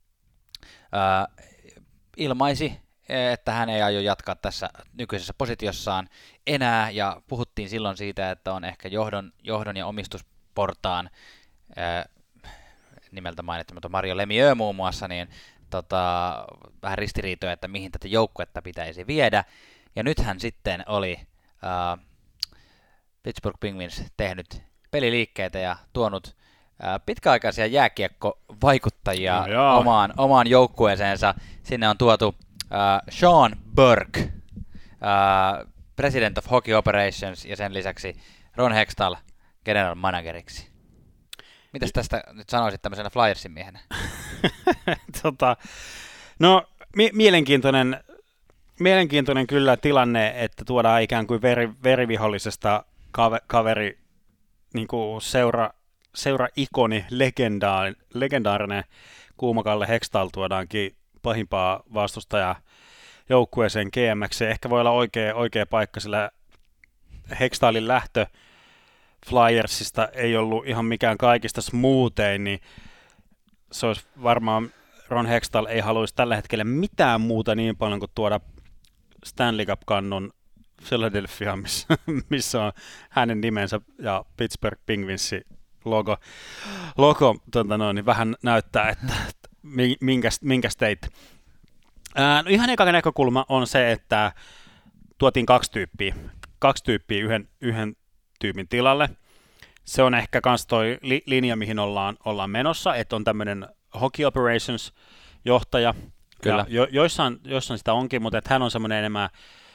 ilmaisi, että hän ei aio jatkaa tässä nykyisessä positiossaan enää, ja puhuttiin silloin siitä, että on ehkä johdon ja omistusportaan nimeltä mainitsematon Mario Lemieux muun muassa, niin vähän ristiriitoja, että mihin tätä joukkuetta pitäisi viedä, ja nythän sitten oli Pittsburgh Penguins tehnyt peliliikkeitä ja tuonut pitkäaikaisia jääkiekkovaikuttajia omaan joukkueeseensa. Sinne on tuotu Sean Burke, President of Hockey Operations, ja sen lisäksi Ron Hextall General Manageriksi. Mitäs tästä nyt sanoisit tämmöisenä Flyersin miehenä? No, mielenkiintoinen kyllä tilanne, että tuodaan ikään kuin verivihollisesta kaveri niin kuin seura-ikoni, legendaarinen Kuumakalle Hextall tuodaankin pahimpaa vastustajaa joukkueeseen GM:ksi. Ehkä voi olla oikea paikka, sillä Hextallin lähtö Flyersista ei ollut ihan mikään kaikista smoothein, niin se olisi varmaan, Ron Hextall ei haluaisi tällä hetkellä mitään muuta niin paljon kuin tuoda Stanley Cup-kannon Philadelphia, missä on hänen nimensä ja Pittsburgh Penguinsin logo niin vähän näyttää, että minkä state. No ihan eka näkökulma on se, että tuotiin kaksi tyyppiä yhden tyypin tilalle. Se on ehkä myös toi linja, mihin ollaan menossa, että on tämmöinen Hockey Operations johtaja. Kyllä. Ja joissain sitä onkin, mutta että hän on semmoinen enemmän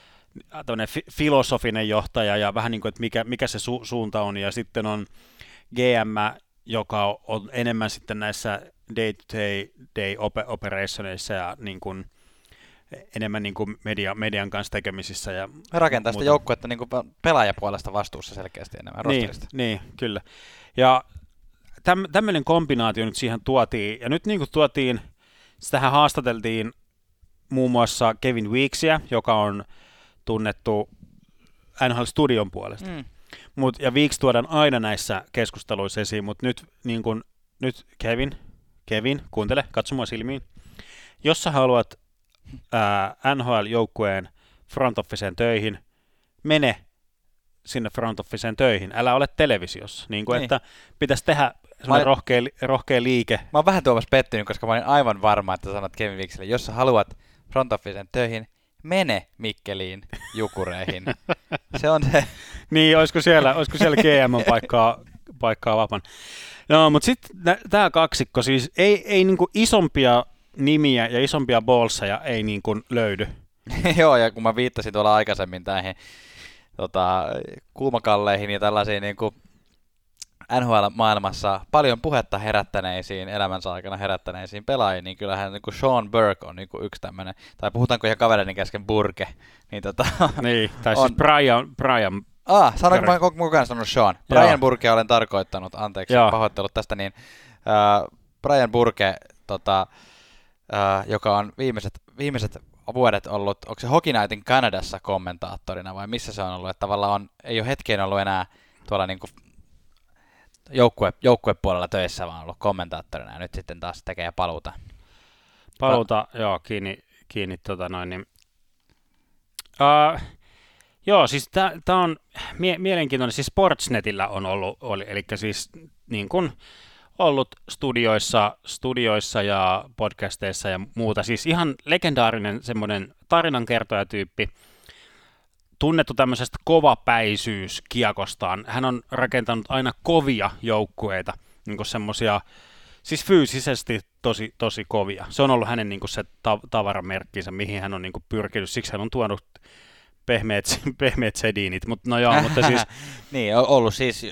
filosofinen johtaja ja vähän niin kuin, että mikä se suunta on. Ja sitten on GM, joka on enemmän sitten näissä day-to-day operationeissa ja niin kuin enemmän niin kuin median kanssa tekemisissä. Ja rakentaa sitä joukkuetta niin kuin pelaajapuolesta vastuussa selkeästi enemmän rosterista. Niin, kyllä. Ja tämmöinen kombinaatio nyt siihen tuotiin, ja nyt niin kuin tuotiin, sitähän haastateltiin muun muassa Kevin Weeksia, joka on tunnettu NHL Studion puolesta. Ja Weeks tuodaan aina näissä keskusteluissa esiin, mutta nyt Kevin, kuuntele, katso mua silmiin. Jos sä haluat NHL-joukkueen front officeen töihin, mene sinne front officeen töihin, älä ole televisiossa. Niin. Että pitäisi tehdä rohkea liike. Mä oon vähän tuomassa pettynyt, koska mä olin aivan varma, että sanot Kevin Weeksille, jos sä haluat front officeen töihin, mene Mikkeliin Jukureihin. Se on se. Niin, olisiko siellä GM-paikkaa vapan. No, mutta sitten tämä kaksikko, siis ei niinku isompia nimiä ja isompia ballseja ei niinku löydy. Joo, ja kun mä viittasin tuolla aikaisemmin näihin kulmakalleihin ja tällaisiin niinku NHL-maailmassa paljon puhetta herättäneisiin, elämänsä aikana herättäneisiin pelaajiin, niin kyllähän niin kuin Sean Burke on niin kuin yksi tämmöinen, tai puhutaanko ihan kavereiden kesken Burke, niin Niin, tai on... siis Brian. Sanoinko mä koko ajan sanonut Sean? Brian Burke olen tarkoittanut, anteeksi, pahoittelut tästä, niin Brian Burke, joka on viimeiset vuodet ollut, onko se Hockey Nightin Kanadassa kommentaattorina vai missä se on ollut, että tavallaan ei ole hetkeen ollut enää tuolla niin kuin joukkuepuolella töissä, vaan ollut kommentaattorina ja nyt sitten taas tekee paluuta. Joo, kiinni niin. Joo, siis tää on mielenkiintoinen, siis Sportsnetillä on ollut, eli siis niin kuin ollut studioissa ja podcasteissa ja muuta, siis ihan legendaarinen semmoinen tarinankertojatyyppi, tunnettu tämmöisestä kovapäisyyskiekostaan. Hän on rakentanut aina kovia joukkueita, niin kuin semmoisia, siis fyysisesti tosi kovia. Se on ollut hänen niin kuin se tavaramerkkinsä, mihin hän on niin kuin pyrkinyt. Siksi hän on tuonut pehmeät sediinit. Mutta siis... niin, ollut siis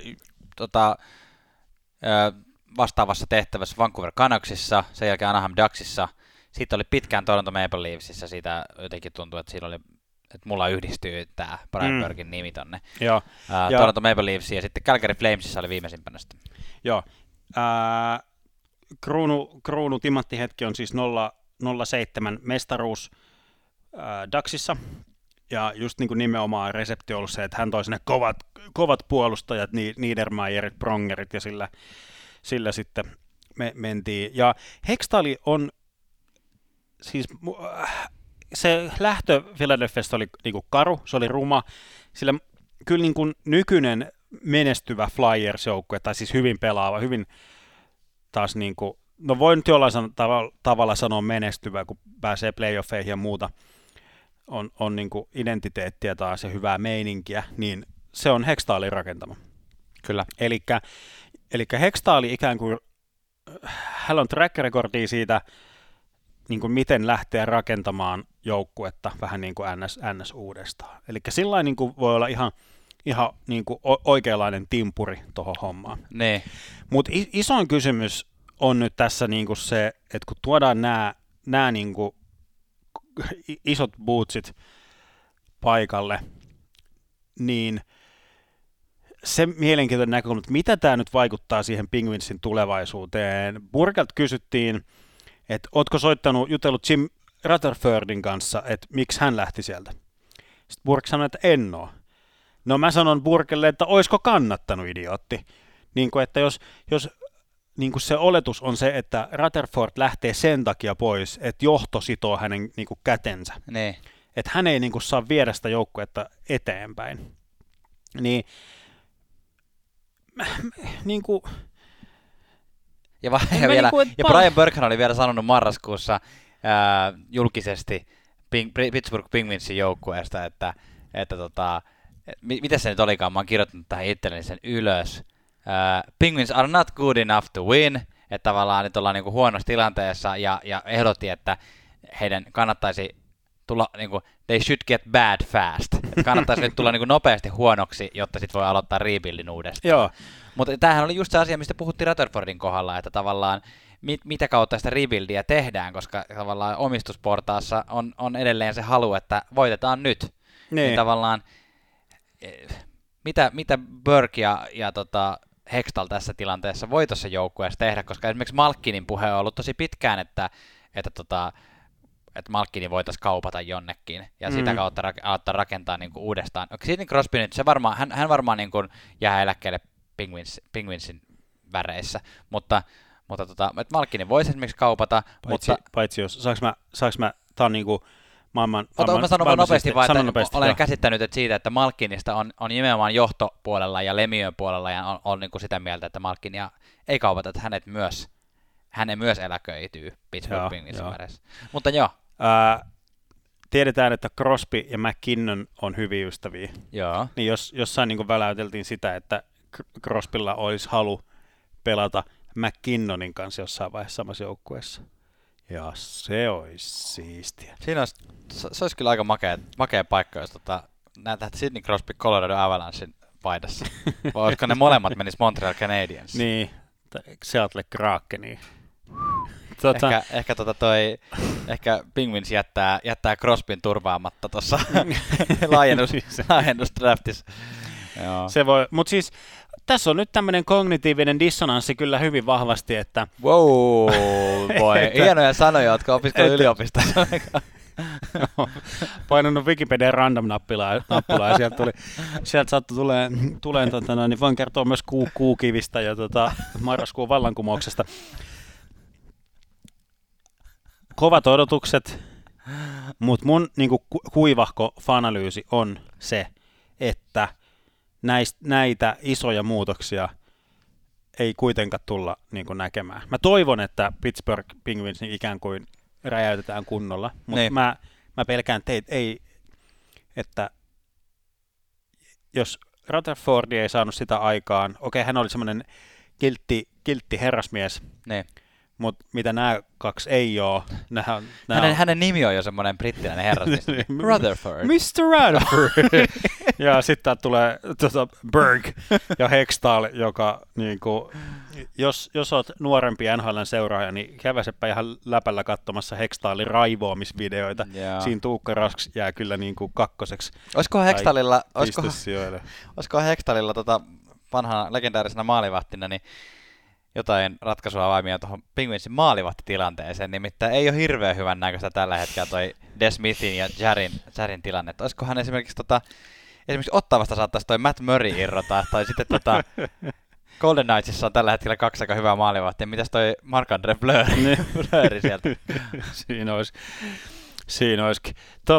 vastaavassa tehtävässä Vancouver Canucksissa, sen jälkeen Anaheim Ducksissa. Sitten oli pitkään Toronto Maple Leafsissä. Siitä jotenkin tuntuu, että siinä oli... että mulla yhdistyy tämä Brian Burken nimi tonne. Toronto Maple Leafs ja sitten Calgary Flamesissa oli viimeisimpänä sitten. Joo. Kruunu timanttihetki on siis 07 mestaruus Ducksissa, ja just niin kuin nimenomaan resepti on ollut se, että hän toi sinne kovat puolustajat, Niedermayerit, Prongerit, ja sillä sitten me mentiin. Ja Hextall on, siis se lähtö Philadelphiasta oli niin kuin karu, se oli ruma, sillä kyllä niin kuin nykyinen menestyvä Flyers-joukkue, tai siis hyvin pelaava, hyvin taas niin kuin, no voi nyt jollain tavalla sanoa menestyvä, kun pääsee playoffeihin ja muuta, on niin kuin identiteettiä taas ja hyvää meininkiä, niin se on Hextallin rakentama. Kyllä. Eli Hextall ikään kuin, hänellä on track recordia siitä, niin kuin miten lähteä rakentamaan joukkuetta vähän niin kuin NS uudestaan. Eli sillain niin kuin voi olla ihan niin kuin oikeanlainen timpuri tuohon hommaan. Niin. Mutta isoin kysymys on nyt tässä niin kuin se, että kun tuodaan nämä niin kuin isot bootsit paikalle, niin se mielenkiintoinen näkökulma, että mitä tämä nyt vaikuttaa siihen Penguinsin tulevaisuuteen. Burkelta kysyttiin, että ootko jutellut Jim Rutherfordin kanssa, että miksi hän lähti sieltä. Sitten Burke sanoi, että en ole. No mä sanon Burkelle, että oisko kannattanut, idiootti. Niin kuin, että jos niin kuin se oletus on se, että Rutherford lähtee sen takia pois, että johto sitoo hänen niin kuin kätensä. Niin. Että hän ei niin kuin saa viedä sitä joukkuetta eteenpäin. Niin kuin Ja Brian Burkehan oli vielä sanonut marraskuussa julkisesti Pittsburgh Penguinsin joukkueesta, että miten se nyt olikaan, mä oon kirjoittanut tähän itselleni sen ylös. Penguins are not good enough to win, että tavallaan nyt ollaan niinku huonossa tilanteessa ja ehdotti, että heidän kannattaisi tulla, niinku, they should get bad fast. Että kannattaisi nyt tulla niinku nopeasti huonoksi, jotta sit voi aloittaa rebuildin uudestaan. Joo. Mutta tämähän oli just se asia, mistä puhuttiin Rutherfordin kohdalla, että tavallaan mitä kautta sitä rebuildia tehdään, koska tavallaan omistusportaassa on edelleen se halu, että voitetaan nyt. Niin tavallaan mitä Burke ja Hextall tässä tilanteessa voi tuossa joukkueessa tehdä, koska esimerkiksi Malkkinin puhe on ollut tosi pitkään, että Malkkini voitaisiin kaupata jonnekin ja sitä kautta aloittaa rakentaa niinku uudestaan. Sidney Crosby nyt, hän varmaan niinku jää eläkkeelle Penguinsin väreissä, mutta Malkkini voisi esimerkiksi kaupata. Paitsi jos, saanko mä tää on niinku maailman mä sanon nopeasti vaan, että olen jo käsittänyt että siitä, että Malkkinista on nimenomaan johtopuolella ja Lemieux puolella ja on niin kuin sitä mieltä, että Malkkinia ei kaupata, että hänen myös eläköityy Pittsburgh Penguinsin väreissä. Mutta joo. Tiedetään, että Crosby ja McKinnon on hyviä ystäviä. Joo. Niin jos jossain niin väläyteltiin sitä, että Crosbylla olisi halu pelata McKinnonin kanssa jossain vaiheessa samassa joukkueessa. Ja se olisi siistiä. Se olisi kyllä aika makea paikka, jos näitä Sidney Crosby Colorado Avalanchein paidassa. Vai olisiko ne molemmat menis Montreal Canadiens? Niin, Seattle Krakeniin. Ehkä Penguins jättää Crosbyn turvaamatta tuossa laajennusdraftissa. Se voi, mutta siis tässä on nyt tämmöinen kognitiivinen dissonanssi kyllä hyvin vahvasti, että wow, boy, hienoja sanoja, jotka opiskelee yliopistossa. Painanut Wikipedian random-nappilaa ja sieltä saattoi tuleen niin voin kertoa myös kuukivistä ja marraskuun vallankumouksesta. Kovat odotukset, mutta mun niinku kuivahko fanalyysi on se, että näitä isoja muutoksia ei kuitenkaan tulla niinku näkemään. Mä toivon, että Pittsburgh Penguins ikään kuin räjäytetään kunnolla, mutta mä pelkään että jos Rutherford ei saanut sitä aikaan, okei, hän oli semmoinen kiltti herrasmies, mutta mitä nämä kaksi ei ole. Hänen nimi on jo semmoinen brittiläinen herrasmies. Rutherford. Mr. Rutherford. Ja sitten tulee Berg ja Hextall, joka niinku, jos olet nuorempi NHL:n seuraaja, niin käväsepä ihan läpällä katsomassa Hextallin raivoamisvideoita. Yeah. Siinä Tuukka Rask jää kyllä niinku kakkoseksi. Olisiko Hextallilla vanhana legendaarisena maalivahtina, niin jotain ratkaisuavaimia tuohon Penguinsin maalivahtitilanteeseen, nimittäin ei ole hirveän hyvän näköistä tällä hetkellä toi Des Smithin ja Jarin tilanne. Olisikohan esimerkiksi Ottavasta saattaisi toi Matt Murray irrota, tai sitten Golden Knightsissa on tällä hetkellä 2 aika hyvää maalivahtia. Mitäs toi Marc-Andre Fleury sieltä? Siinä olisikin.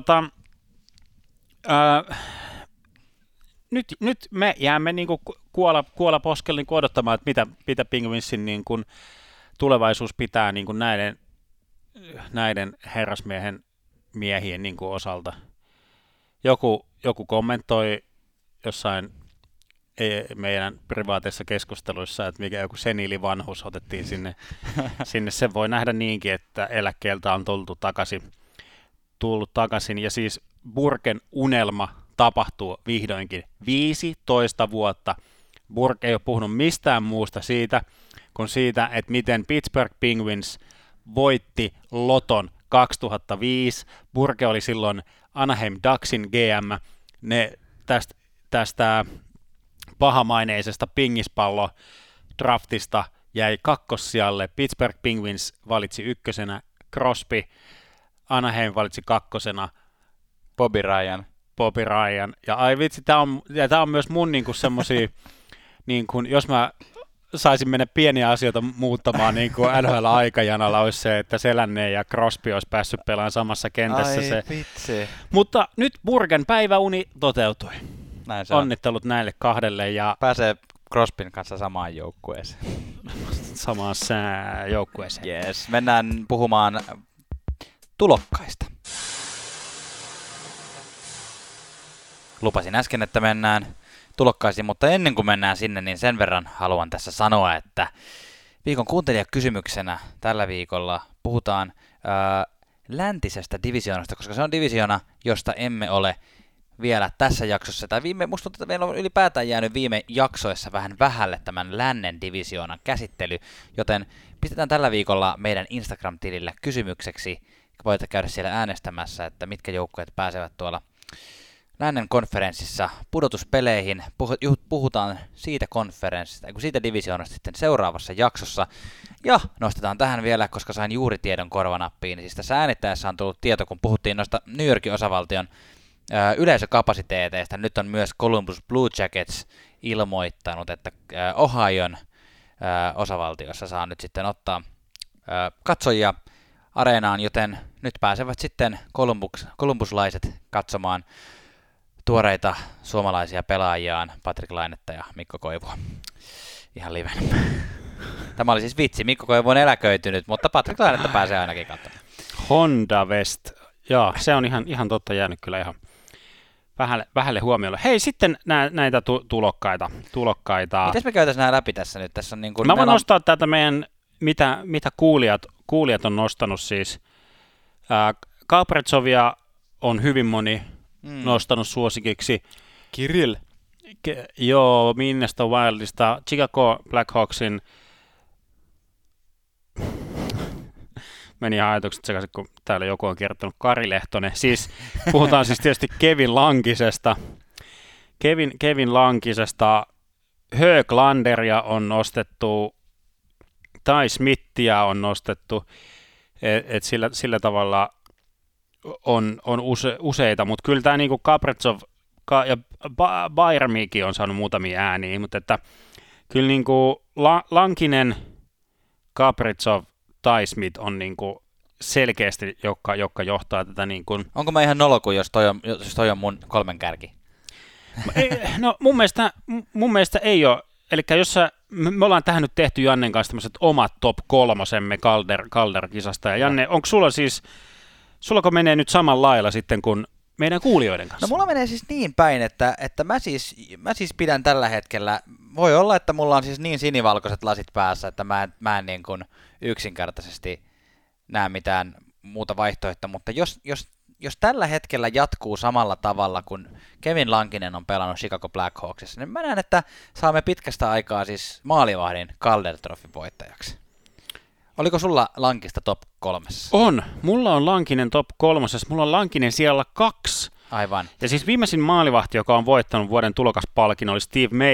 Nyt me jäämme niinku kuola poskelle niinku odottamaan, että mitä Penguinsin niinku tulevaisuus pitää niinku näiden herrasmiehen miehien niinku osalta. Joku kommentoi jossain meidän privaateissa keskusteluissa, että mikä joku seniilivanhus otettiin sinne. Se voi nähdä niinkin, että eläkkeeltä on tullut takaisin. Ja siis Burken unelma tapahtuu vihdoinkin 15 vuotta. Burke ei ole puhunut mistään muusta siitä, kuin siitä, että miten Pittsburgh Penguins voitti Loton 2005. Burke oli silloin Anaheim Ducksin GM. Ne tästä pahamaineisesta pingispallo-draftista jäi kakkossijalle. Pittsburgh Penguins valitsi ykkösenä Crosby, Anaheim valitsi kakkosena Bobby Ryan. Ja ai vitsi, tää on myös mun niinku semmosia, niinku, jos mä saisin mennä pieniä asioita muuttamaan niinku NHL-aikajanalla, olisi se, että Selänne ja Crosby olisi päässyt pelaamaan samassa kentässä. Vitsi. Mutta nyt Burgen päiväuni toteutui. Näin se on. Onnittelut näille kahdelle. Ja pääsee Crosbyn kanssa samaan joukkueeseen. Samaan joukkueeseen. Yes. Mennään puhumaan tulokkaista. Lupasin äsken, että mennään tulokkaisiin, mutta ennen kuin mennään sinne, niin sen verran haluan tässä sanoa, että viikon kuuntelijakysymyksenä tällä viikolla puhutaan läntisestä divisioonasta, koska se on divisioona, josta emme ole vielä tässä jaksossa, tai musta tuntuu, että meillä on ylipäätään jäänyt viime jaksoissa vähän vähälle tämän lännen divisioonan käsittely, joten pistetään tällä viikolla meidän Instagram-tilille kysymykseksi, voitte käydä siellä äänestämässä, että mitkä joukkueet pääsevät tuolla lännen konferenssissa pudotuspeleihin. Puhutaan siitä konferenssista, siitä divisioonasta sitten seuraavassa jaksossa. Ja nostetaan tähän vielä, koska sain juuri tiedon korvanappiin, siis tässä äänittäessä on tullut tieto, kun puhuttiin noista New Yorkin osavaltion yleisökapasiteeteista. Nyt on myös Columbus Blue Jackets ilmoittanut, että Ohion osavaltiossa saa nyt sitten ottaa katsojia areenaan, joten nyt pääsevät sitten kolumbuslaiset katsomaan tuoreita suomalaisia pelaajiaan, Patrik Lainetta ja Mikko Koivua. Ihan livenä. Tämä oli siis vitsi. Mikko Koivu on eläköitynyt, mutta Patrik Lainetta pääsee ainakin katsomaan. Honda West. Joo, se on ihan totta jäänyt kyllä ihan vähälle huomiolle. Hei, sitten näitä tulokkaita. Mites me käytäisiin nämä läpi tässä nyt? Tässä on niin kuin mä voin nostaa täältä meidän, mitä kuulijat on nostanut siis. Kapretsovia on hyvin moni nostanut suosikiksi. Kirill. Joo, Minnesota Wildista, Chicago Blackhawksin. Meni ihan ajatukset sekaisin, kun täällä joku on kertonut Kari Lehtonen. Siis puhutaan siis tietysti Kevin Lankisesta. Kevin Lankisesta. Höglanderia on nostettu. Tai Smithia on nostettu. Et sillä tavalla on useita, mutta kyllä tämä niinku Kapretsov ja Bayramikin on saanut muutamia ääniä, mutta että kyllä niinku Lankinen, Kapretsov, tai Smith on niinku selkeästi, jotka johtaa tätä niinku. Onko mä ihan noloku, jos toi on mun 3 kärki? No mun mielestä ei ole. Eli jos me ollaan tähän nyt tehty Jannen kanssa tämmöiset omat top 3:mme Calder-kisasta, ja Janne, onko sullako menee nyt samalla lailla sitten kuin meidän kuulijoiden kanssa? No mulla menee siis niin päin, että mä siis pidän tällä hetkellä, voi olla, että mulla on siis niin sinivalkoiset lasit päässä, että mä en niin kuin yksinkertaisesti näe mitään muuta vaihtoehtoa, mutta jos tällä hetkellä jatkuu samalla tavalla kuin Kevin Lankinen on pelannut Chicago Blackhawksissa, niin mä näen, että saamme pitkästä aikaa siis maalivahdin Calder Trophyn voittajaksi. Oliko sulla Lankista top 3? On. Mulla on Lankinen top 3. Mulla on Lankinen siellä 2. Aivan. Ja siis viimeisin maalivahti, joka on voittanut vuoden tulokaspalkin, oli Steve Mason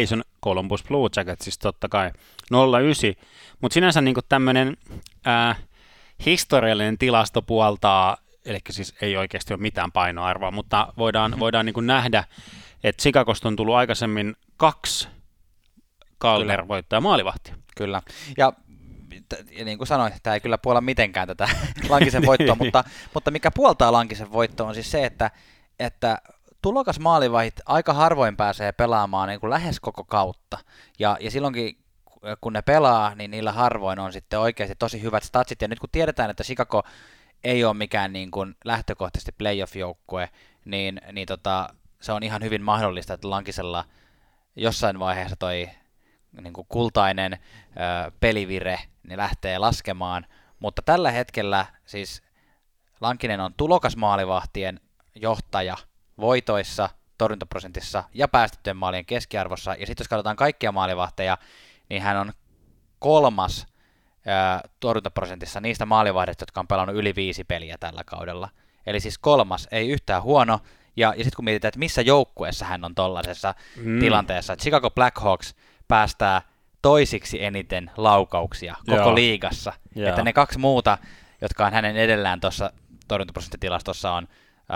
Columbus Blue Jackets, siis totta kai 09, mutta sinänsä niin tämmöinen historiallinen tilasto puoltaa, eli siis ei oikeasti ole mitään painoarvoa, mutta voidaan niin kuin nähdä, että Chicagosta on tullut aikaisemmin 2 Calder-voittajaa maalivahtia. Kyllä, ja niin kuin sanoin, tämä ei kyllä puolla mitenkään tätä Lankisen voittoa, mutta mikä puoltaa Lankisen voittoa on siis se, että tulokas maalivahit aika harvoin pääsee pelaamaan niin kuin lähes koko kautta, ja silloinkin kun ne pelaa, niin niillä harvoin on sitten oikeasti tosi hyvät statsit, ja nyt kun tiedetään, että Chicago ei ole mikään niin kuin lähtökohtaisesti playoff-joukkue, niin se on ihan hyvin mahdollista, että Lankisella jossain vaiheessa toi niin kuin kultainen pelivire niin lähtee laskemaan, mutta tällä hetkellä siis Lankinen on tulokasmaalivahtien johtaja voitoissa, torjuntaprosentissa ja päästettyjen maalien keskiarvossa, ja sitten jos katsotaan kaikkia maalivahteja, niin hän on 3. torjuntaprosentissa niistä maalivahdeista, jotka on pelannut yli 5 peliä tällä kaudella. Eli siis 3, ei yhtään huono, ja sitten kun mietitään, että missä joukkueessa hän on tollaisessa tilanteessa, että Chicago Blackhawks päästää toisiksi eniten laukauksia koko liigassa, että ne 2 muuta, jotka on hänen edellään tuossa torjuntaprosenttitilastossa on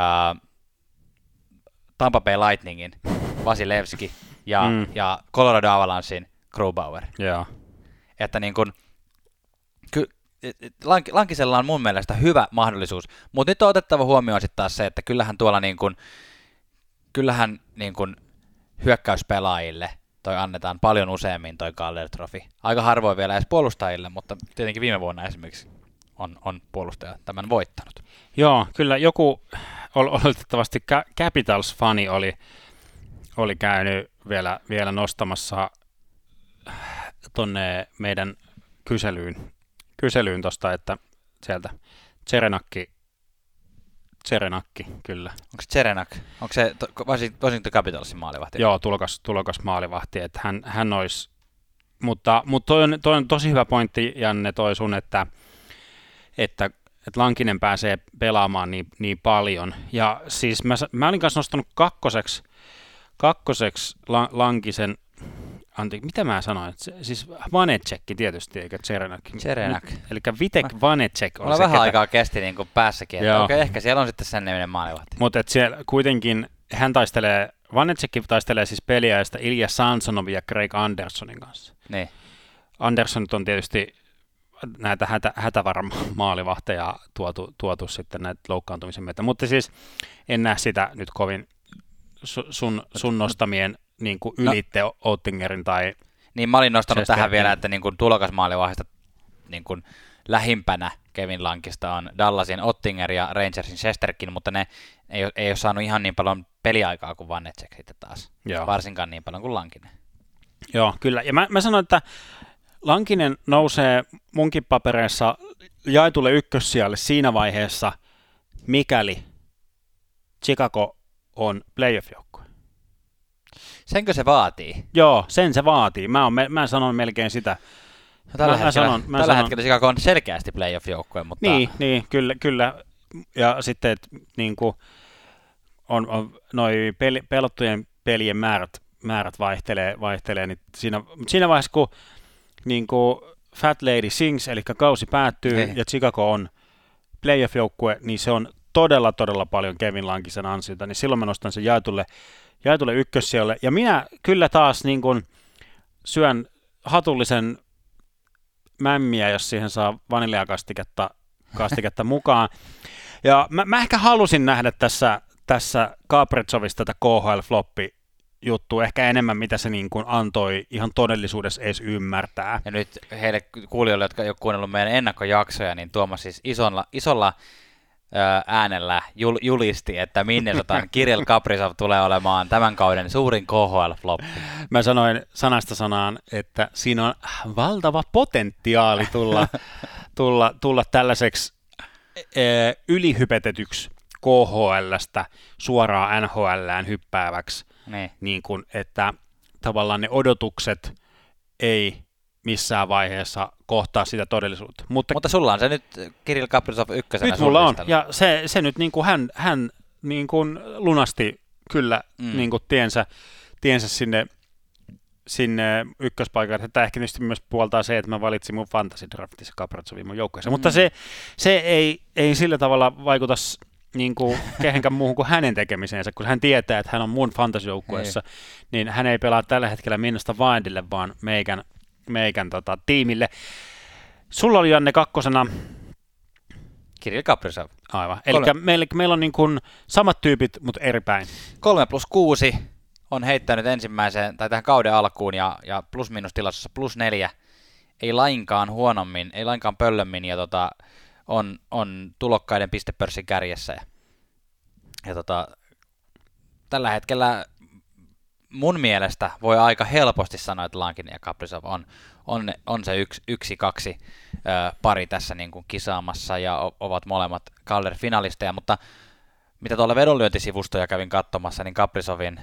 Tampa Bay Lightningin Vasilevski ja Colorado Avalanchein Grubauer. Yeah. Että niin kun, Lankisella on mun mielestä hyvä mahdollisuus, mutta nyt on otettava huomioon sitten taas se, että kyllähän hyökkäyspelaajille toi annetaan paljon useammin toi Calder Trophy. Aika harvoin vielä edes puolustajille, mutta tietenkin viime vuonna esimerkiksi on puolustaja tämän voittanut. Joo, kyllä joku oletettavasti Capitals-fani oli käynyt vielä nostamassa tonne meidän kyselyyn tosta, että sieltä Cerenakki, kyllä. Onko Cerenak? Onko se Washington Capitalsin maalivahti? Joo, tulokas maalivahti, että hän olisi, mutta toi on tosi hyvä pointti, Janne, toi sun, että Lankinen pääsee pelaamaan niin paljon. Ja siis mä olin kanssa nostanut kakkoseksi Lankisen, mitä mä sanoin? Siis Vanecekki tietysti, eikä Cerenak. Eli Vitek Vanecek on mulla se, vähän aikaa kesti niin kuin päässäkin, että okei, ehkä siellä on sitten sen niminen maalivahti. Mutta siellä kuitenkin Vanecekki taistelee siis peliäistä Ilja Samsonov ja Craig Andersonin kanssa. Niin. Anderson on tietysti näitä hätävaramaalivahteja tuotu sitten näitä loukkaantumisen myötä, mutta siis en näe sitä nyt kovin sun nostamien niin kuin ylitte Oettingerin tai niin mä olin nostanut Chesterkin. tähän vielä, että niin kuin tulokasmaalivahdista niin kuin lähimpänä Kevin Lankista on Dallasin Oettinger ja Rangersin Chesterkin, mutta ne ei ole saanut ihan niin paljon peliaikaa kuin Vanecek sitten taas. Joo. Varsinkaan niin paljon kuin Lankinen. Joo, kyllä. Ja mä sanon, että Lankinen nousee munkin papereissa jaetulle ykkössijalle siinä vaiheessa, mikäli Chicago on playoff-joukkue. Senkö se vaatii? Joo, sen se vaatii. Mä sanon melkein sitä. No, tällä hetkellä Chicago on selkeästi playoff-joukkue, mutta Niin, kyllä. Ja sitten, että niin kuin on noi pelottujen pelien määrät vaihtelee niin siinä vaiheessa, kun niin kuin Fat Lady Sings, eli kausi päättyy ja Chicago on playoff-joukkue, niin se on todella paljon Kevin Lankisen ansiota, niin silloin mä nostan sen jaetulle ykkössijalle. Ja minä kyllä taas niin kuin syön hatullisen mämmiä, jos siihen saa vaniljakastiketta mukaan. Ja mä ehkä halusin nähdä tässä Kapretsovista tätä KHL-floppi juttu ehkä enemmän, mitä se niin kuin antoi ihan todellisuudessa edes ymmärtää. Ja nyt heille kuulijoille, jotka ei ole kuunnellut meidän ennakkojaksoja, niin Tuomas siis isolla äänellä julisti, että Minnesotan Kirill Kaprizov tulee olemaan tämän kauden suurin KHL-floppi. Mä sanoin sanasta sanaan, että siinä on valtava potentiaali tulla tällaiseksi ylihypetetyksi KHL:stä suoraan NHL:ään hyppääväksi, niin kuin, että tavallaan ne odotukset ei missään vaiheessa kohtaa sitä todellisuutta. Mutta sulla on se nyt Kirill Kaprizov ykkösenä. Nyt mulla on, ja se nyt niin kuin hän niin kuin lunasti kyllä niin kuin tiensä sinne ykköspaikalle. Tätä ehkä tietysti myös puoltaa se, että mä valitsin mun fantasy draftissa Kaprizovin mun joukkueeseen, mutta se ei sillä tavalla vaikuta niin kuin kehenkään muuhun kuin hänen tekemiseensä, kun hän tietää, että hän on mun fantasy-joukkueessa, niin hän ei pelaa tällä hetkellä Minnesota Wildille, vaan meikän tiimille. Sulla oli, Janne, kakkosena Kirill Kaprizov. Aivan. Eli meillä on niin kuin samat tyypit, mutta eri päin. 3+6 on heittänyt ensimmäiseen, tai tähän kauden alkuun, ja plus-minus tilastossa +4. Ei lainkaan huonommin, ei lainkaan pöllömmin, ja on tulokkaiden pistepörssin kärjessä. Ja tällä hetkellä mun mielestä voi aika helposti sanoa, että Lankinen ja Kaprizov on se 1-2 pari tässä niin kuin kisaamassa ja ovat molemmat Calder-finalisteja, mutta mitä tuolla vedonlyöntisivustoja kävin katsomassa, niin Kaprizovin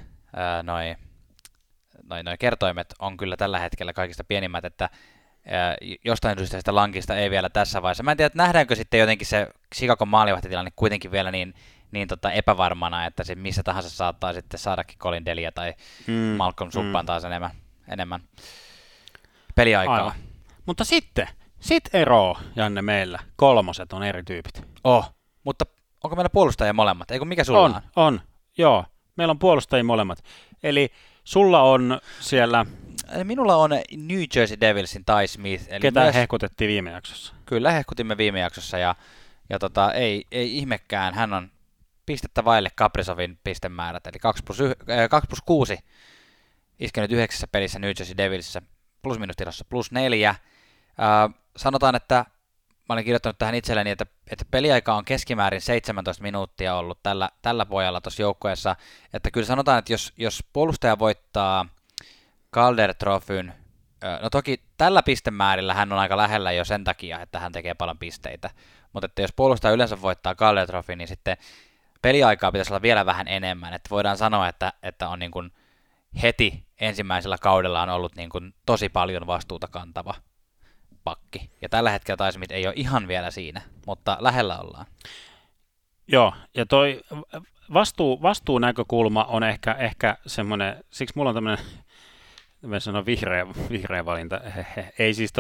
noi kertoimet on kyllä tällä hetkellä kaikista pienimmät, että jostain syystä sitä Lankista ei vielä tässä vaiheessa. Mä en tiedä, että nähdäänkö sitten jotenkin se Chicagon maalivahtitilanne kuitenkin vielä niin epävarmana, että se missä tahansa saattaa sitten saadakin Colin Delia tai Malcolm Subban taas enemmän peliaikaa. Aivan. Mutta sitten eroo, Janne, meillä. Kolmoset on eri tyypit. Mutta onko meillä puolustajia molemmat? Eikö mikä sulla on? On, joo. Meillä on puolustajia molemmat. Eli sulla on siellä... Minulla on New Jersey Devilsin Ty Smith. Eli ketä hehkutettiin viime jaksossa. Kyllä, hehkutimme viime jaksossa ja ei ihmekään. Hän on pistettä vaille Kaprizovin pistemäärät, eli 2+6 iskenyt 9 pelissä New Jersey Devilsissä, plus-minus tilassa +4. Sanotaan, että mä olen kirjoittanut tähän itselleni, että peliaika on keskimäärin 17 minuuttia ollut tällä pojalla tuossa joukkueessa, että kyllä sanotaan, että jos puolustaja voittaa Calder Trophin, no toki tällä pistemäärillä hän on aika lähellä jo sen takia, että hän tekee paljon pisteitä, mutta että jos puolustaja yleensä voittaa Calder Trophy, niin sitten peliaikaa pitäisi olla vielä vähän enemmän, että voidaan sanoa, että on niin kuin heti ensimmäisellä kaudella on ollut niin kuin tosi paljon vastuuta kantava pakki, ja tällä hetkellä Ty Smith ei ole ihan vielä siinä, mutta lähellä ollaan. Joo, ja toi vastuunäkökulma on ehkä semmoinen, siksi mulla on tämmöinen, mä sanon vihreä valinta, ei siis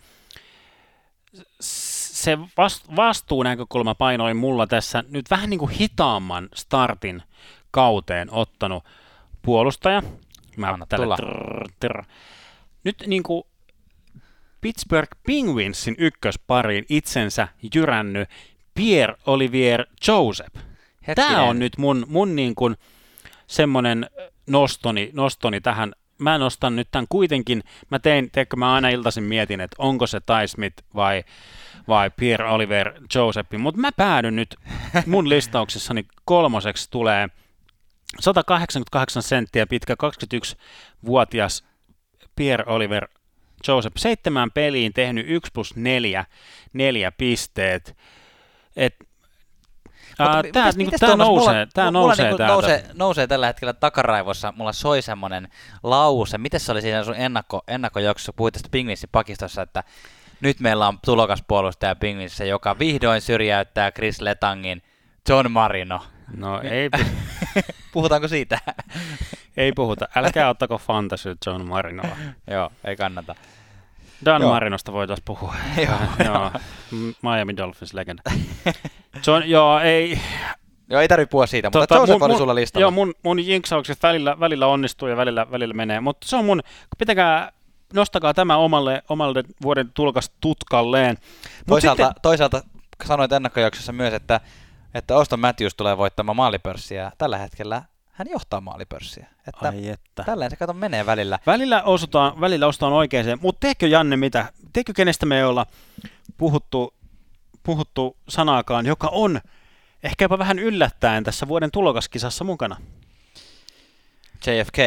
se vastuunäkökulma painoi mulla tässä nyt vähän niin kuin hitaamman startin kauteen ottanut puolustaja. Nyt niin kuin Pittsburgh Penguinsin ykköspariin itsensä jyrännyt Pierre-Olivier Joseph. Tämä on nyt mun niin kuin semmoinen nostoni tähän. Mä nostan nyt tämän kuitenkin, mä aina iltaisin mietin, että onko se Ty Smith vai Pierre-Olivier Joseph, mutta mä päädyn nyt, mun listauksessani kolmoseksi tulee 188 senttiä pitkä 21-vuotias Pierre-Olivier Joseph, 7 peliin tehnyt 1+4 pisteet. Tämä nousee tällä hetkellä takaraivossa. Mulla soi semmoinen lause. Miten se oli siinä sun ennakkojaksossa? Puhuit tästä Penguinsin pakistossa, että nyt meillä on tulokaspuolustaja Penguinsissä, joka vihdoin syrjäyttää Chris Letangin John Marino. No ei. Puhutaanko siitä? Ei puhuta. Älkää ottako fantasy John Marinoa. Joo, ei kannata. Dan Marinosta voitaisiin puhua. Joo. Miami Dolphins legenda. Ei tarvitse puhua siitä, mutta Joseph oli sulla listalla. Joo, mun jinksaukset välillä onnistuu ja välillä menee, mutta se on nostakaa tämä omalle vuoden tulokastutkalleen. Toisaalta sanoit ennakkojaksossa myös, että Auston Matthews tulee voittamaan maalipörssiä. Tällä hetkellä hän johtaa maalipörssiä. Tälleen se menee välillä. Välillä osutaan oikeaan, mutta teekö, Janne, teekö kenestä me ei olla puhuttu sanaakaan, joka on ehkä jopa vähän yllättäen tässä vuoden tulokaskisassa mukana? JFK.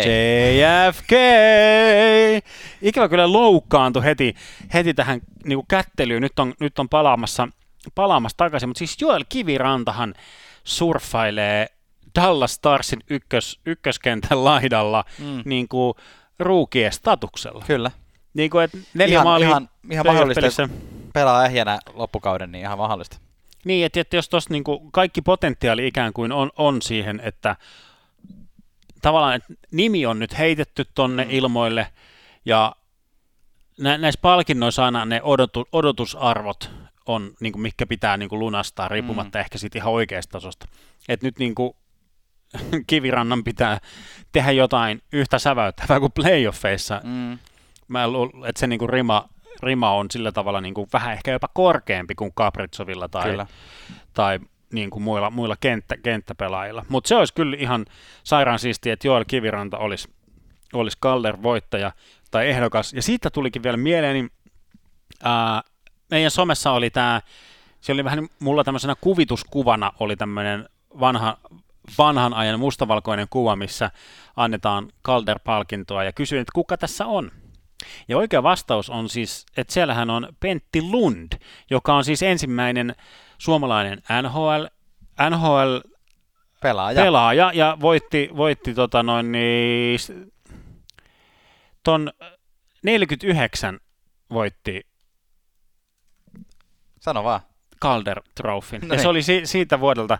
Ikävä kyllä loukkaantui heti tähän niin kättelyyn. Nyt on palaamassa takaisin, mutta siis Joel Kivirantahan surffailee Dallas Starsin ykköskentän laidalla niin kuin ruukien statuksella. Kyllä. Niin kuin, että 4 maalia ihan mahdollista, jos pelaa ehjänä loppukauden, niin ihan mahdollista. Niin, että jos tuossa niin kuin kaikki potentiaali ikään kuin on siihen, että tavallaan että nimi on nyt heitetty tonne ilmoille, Ja näissä palkinnoissa aina ne odotusarvot on, niin kuin, mitkä pitää niin kuin lunastaa, riippumatta ehkä siitä ihan oikeasta tasosta. Että nyt niin kuin Kivirannan pitää tehdä jotain yhtä säväyttävää kuin playoffeissa. Mä luulen, että se niin kuin rima on sillä tavalla niin kuin vähän ehkä jopa korkeampi kuin Kaprizovilla tai niin kuin muilla kenttäpelaajilla. Mutta se olisi kyllä ihan sairaan siistiä, että Joel Kiviranta olisi Calder-voittaja tai ehdokas. Ja siitä tulikin vielä mieleeni, meidän somessa oli se oli vähän mulla tämmöisenä kuvituskuvana, oli tämmöinen vanhan ajan mustavalkoinen kuva, missä annetaan Calder-palkintoa ja kysyin, että kuka tässä on. Ja oikea vastaus on siis, että siellähän on Pentti Lund, joka on siis ensimmäinen suomalainen NHL-pelaaja ja voitti ton 49 voitti. Sano vaan. Calder Trophyn. No ja se oli siitä vuodelta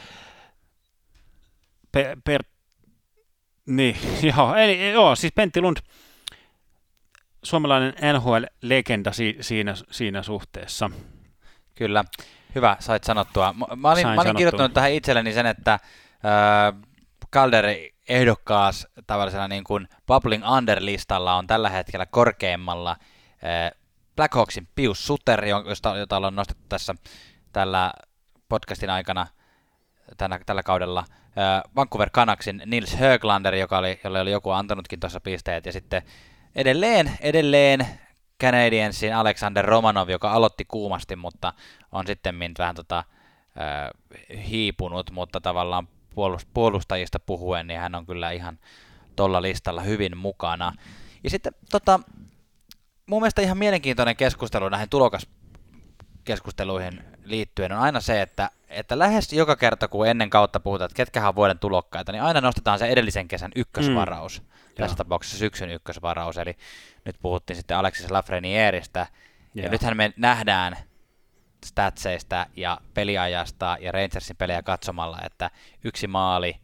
siis Pentti Lund, suomalainen NHL-legenda siinä suhteessa. Kyllä, hyvä, sait sanottua. Mä olin kirjoittanut tähän itselleni sen, että Calderin ehdokkaas tavallisena niin kuin Bubbling Under-listalla on tällä hetkellä korkeimmalla Blackhawksin Pius Suter, jota ollaan nostettu tässä tällä podcastin aikana tällä kaudella. Vancouver Canucksin Nils Höglander, jolle oli joku antanutkin tuossa pisteet, ja sitten edelleen Canadiensin Alexander Romanov, joka aloitti kuumasti, mutta on sitten vähän hiipunut, mutta tavallaan puolustajista puhuen, niin hän on kyllä ihan tuolla listalla hyvin mukana. Ja sitten mun mielestä ihan mielenkiintoinen keskustelu näihin tulokaskeskusteluihin liittyen on aina se, että lähes joka kerta, kun ennen kautta puhutaan, että ketkähän on vuoden tulokkaita, niin aina nostetaan se edellisen kesän ykkösvaraus. Tässä tapauksessa syksyn ykkösvaraus, eli nyt puhuttiin sitten Alexis Lafrenierestä, ja nythän me nähdään statseista ja peliajasta ja Rangersin pelejä katsomalla, että 1 maali,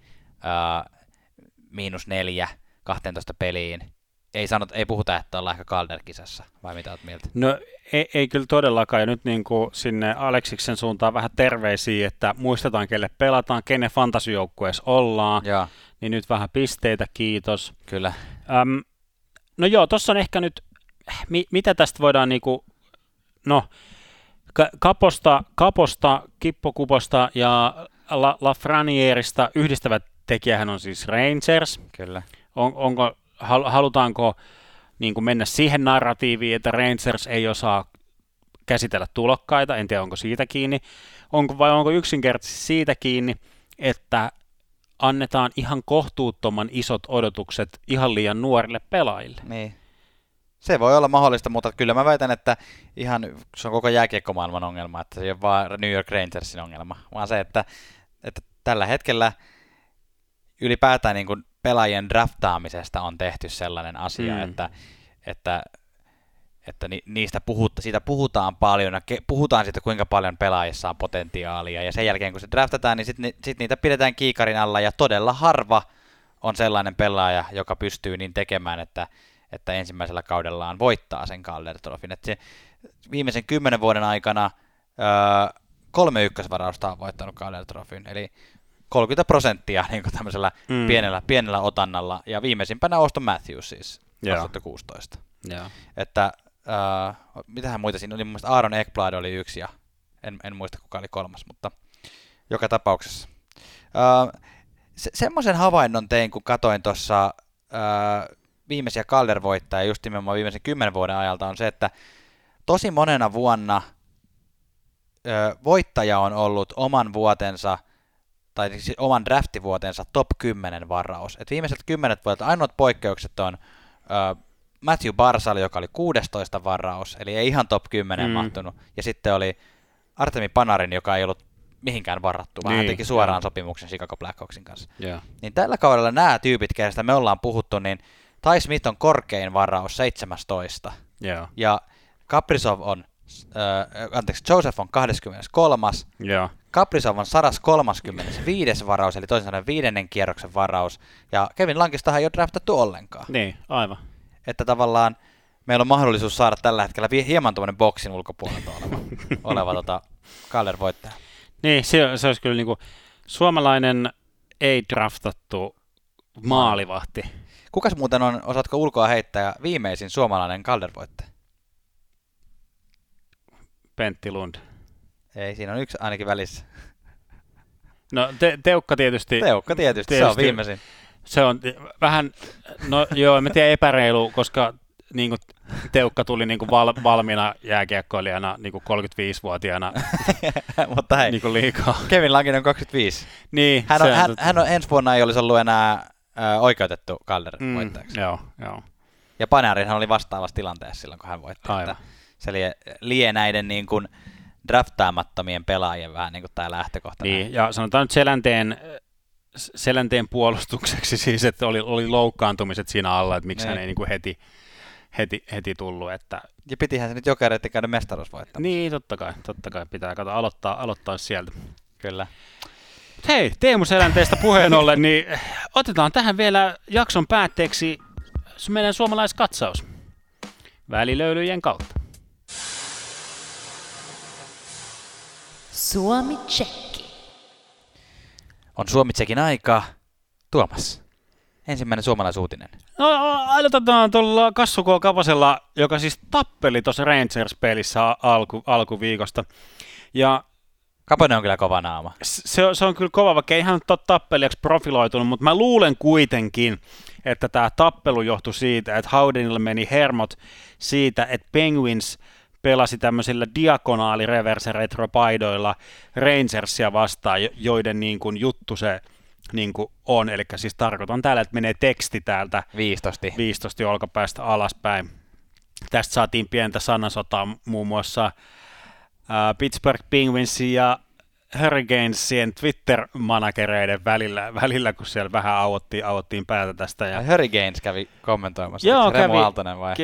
-4, 12 peliin. Ei puhuta, että ollaan ehkä Calder-kisassa, vai mitä olet mieltä? No ei kyllä todellakaan, ja nyt niin kuin sinne Aleksiksen suuntaan vähän terveisiä, että muistetaan kelle pelataan, kenen fantasyjoukkueessa ollaan, niin nyt vähän pisteitä, kiitos. Kyllä. No joo, tuossa on ehkä nyt, mitä tästä voidaan niinku, Kaposta, Kippokuposta ja Lafrenierestä yhdistävä tekijähän on siis Rangers. Kyllä. Halutaanko niin kuin mennä siihen narratiiviin, että Rangers ei osaa käsitellä tulokkaita, en tiedä onko siitä kiinni, onko yksinkertaisesti siitä kiinni, että annetaan ihan kohtuuttoman isot odotukset ihan liian nuorille pelaajille. Niin. Se voi olla mahdollista, mutta kyllä mä väitän, että ihan se on koko jääkiekkomaailman ongelma, että se ei ole vaan New York Rangersin ongelma, vaan se, että tällä hetkellä ylipäätään niin kuin pelaajien draftaamisesta on tehty sellainen asia, että siitä puhutaan paljon, ja puhutaan siitä, kuinka paljon pelaajissa on potentiaalia, ja sen jälkeen kun se draftataan, niin sit niitä pidetään kiikarin alla, ja todella harva on sellainen pelaaja, joka pystyy niin tekemään, että ensimmäisellä kaudellaan voittaa sen Calder-trofin. Että se viimeisen 10 vuoden aikana 3 ykkösvarausta on voittanut Calder-trofin, eli 30% niin kuin tämmöisellä pienellä otannalla, ja viimeisimpänä Auston Matthews siis 2016. Yeah. Että mitähän muita siinä oli, mun mielestä Aaron Ekblad oli yksi, ja en muista kuka oli 3, mutta joka tapauksessa. Semmoisen havainnon tein, kun katoin tuossa viimeisiä Calder-voittajia, just nimenomaan viimeisen 10 vuoden ajalta, on se, että tosi monena vuonna voittaja on ollut oman vuotensa, tai siis oman draftivuotensa top 10 varaus. Et viimeiset 10 vuodelta ainoat poikkeukset on Matthew Barzal, joka oli 16 varaus, eli ei ihan top 10 mahtunut, ja sitten oli Artemi Panarin, joka ei ollut mihinkään varattu, vaan hän teki suoraan sopimuksen Chicago Blackhawksin kanssa. Yeah. Niin tällä kaudella nämä tyypit, kenestä me ollaan puhuttu, niin Ty Smith on korkein varaus 17, ja Kaprizov on, Joseph on 23, Kaprizov on 135 varaus, eli toisin sanoen 5. kierroksen varaus, ja Kevin Lankistahan ei ole draftattu ollenkaan. Niin, aivan. että tavallaan meillä on mahdollisuus saada tällä hetkellä hieman tuommoinen boksin ulkopuolelta oleva Calder-voittaja. Niin, se olisi kyllä niinku suomalainen ei-draftattu maalivahti. Kukas muuten on, osaatko ulkoa heittää, viimeisin suomalainen Calder-voittaja? Pentti Lund. Ei, siinä on yksi ainakin välissä. No Teukka tietysti. Teukka tietysti, se on viimeisin. Se on vähän, no joo, en tiedä epäreilu, koska niin kuin Teukka tuli niin kuin valmiina jääkiekkoilijana niin kuin 35-vuotiaana. Mutta hei, niin kuin liikaa. Kevin Lankinen on 25. Niin, hän on ensi vuonna ei olisi ollut enää oikeutettu Calder-voittajaksi. Joo. Ja Panarinhan oli vastaavassa tilanteessa silloin, kun hän voitti. Se lie näiden niin kuin draftaamattomien pelaajien vähän niin kuin tämä lähtökohta. Niin, ja sanotaan nyt Selänteen puolustukseksi siis, että oli loukkaantumiset siinä alla, että miksi hän ei niin kuin heti tullut. Että... Ja pitihän se nyt jokereiden käydä mestaruus voittaa. Niin, totta kai pitää aloittaa sieltä. Kyllä. Hei, Teemu Selänteestä puheen ollen, niin otetaan tähän vielä jakson päätteeksi meidän suomalaiskatsaus välilöylyjen kautta. Suomi-Tsekki. On Suomi-Tsekin aika. Tuomas, ensimmäinen suomalaisuutinen. No, aloitetaan tuolla Kassu K. Kapasella, joka siis tappeli tuossa Rangers-pelissä alkuviikosta. Ja Kapanen on kyllä kova naama. Se on kyllä kova, vaikka ei ihan ole tappelijaksi profiloitunut, mutta mä luulen kuitenkin, että tämä tappelu johtui siitä, että Howdenilla meni hermot siitä, että Penguins pelasi tämmöisillä diagonaali reverse retropaidoilla Rangersia vastaan, joiden niin kuin juttu se niin kuin on. Eli siis tarkoitan täällä, että menee teksti täältä 15 olkapäästä alaspäin. Tästä saatiin pientä sanasotaa muun muassa Pittsburgh Penguinsin ja Hurricanesien Twitter-managereiden välillä, kun siellä vähän auottiin päätä tästä. Ja Hurricanes kävi kommentoimassa. Joo, Remu Aaltonen vai?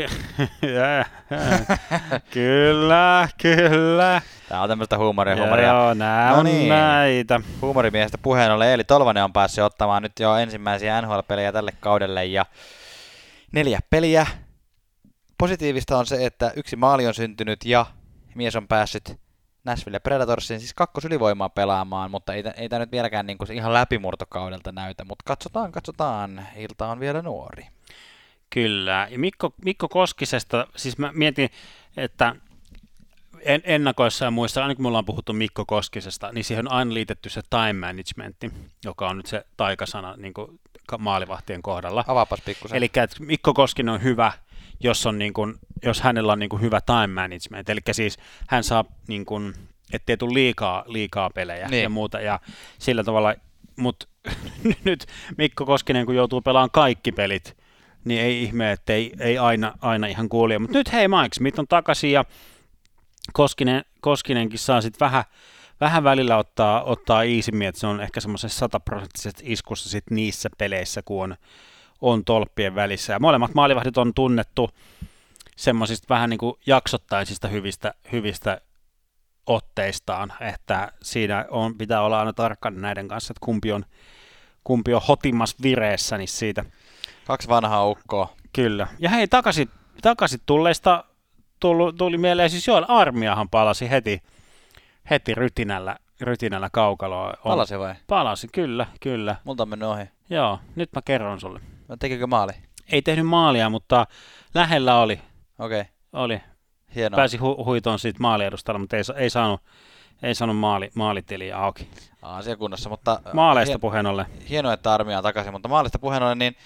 Kyllä. Tää on tämmöistä huumoria. Joo, nää on näitä. Huumorimiehestä puheen ollen Eeli Tolvanen on päässyt ottamaan nyt jo ensimmäisiä NHL-pelejä tälle kaudelle ja 4 peliä. Positiivista on se, että 1 maali on syntynyt ja mies on päässyt Nashville Predatorsin, siis 2 ylivoimaa pelaamaan, mutta ei tämä nyt vieläkään niin kuin ihan läpimurtokaudelta näytä, mutta katsotaan, ilta on vielä nuori. Kyllä, ja Mikko Koskisesta, siis mä mietin, että ennakoissa ja muissa, aina kun me ollaan puhuttu Mikko Koskisesta, niin siihen on aina liitetty se time managementti, joka on nyt se taikasana niin kuin maalivahtien kohdalla. Avaapas pikkusen. Eli että Mikko Koskinen on hyvä, jos hänellä on niin kuin hyvä time management, eli siis hän saa, niin kuin, ettei tule liikaa pelejä ja muuta, ja sillä tavalla, mutta nyt Mikko Koskinen, kun joutuu pelaamaan kaikki pelit, niin ei ihme, että ei aina ihan kuulija, mutta nyt hei Mike Smith on takaisin, ja Koskinenkin saa sitten vähän välillä ottaa iisimmin, että se on ehkä semmoisessa 100% iskussa sit niissä peleissä, kun on tolppien välissä. Ja molemmat maalivahdit on tunnettu semmoisista vähän niin kuin jaksottaisista hyvistä otteistaan, että siinä pitää olla aina tarkkana näiden kanssa, että kumpi on hotimmassa vireessä, niin siitä. 2 vanhaa ukkoa. Kyllä. Ja hei, takaisin tulleista tuli mieleen, siis joo, Armiahan palasi heti rytinällä kaukaloon. Palasi vai? Palasi, kyllä. Multa on mennyt ohi. Joo, nyt mä kerron sulle. Tekikö maali? Ei tehnyt maalia, mutta lähellä oli. Okei. Oli. Hienoa. Pääsi huitoon siitä maaliedustalla, mutta ei saanut maalitiliä auki. Asiakunnassa, mutta maaleista puheen ollen. Hienoa, että Armia on takaisin, mutta maalista puheen ollen, niin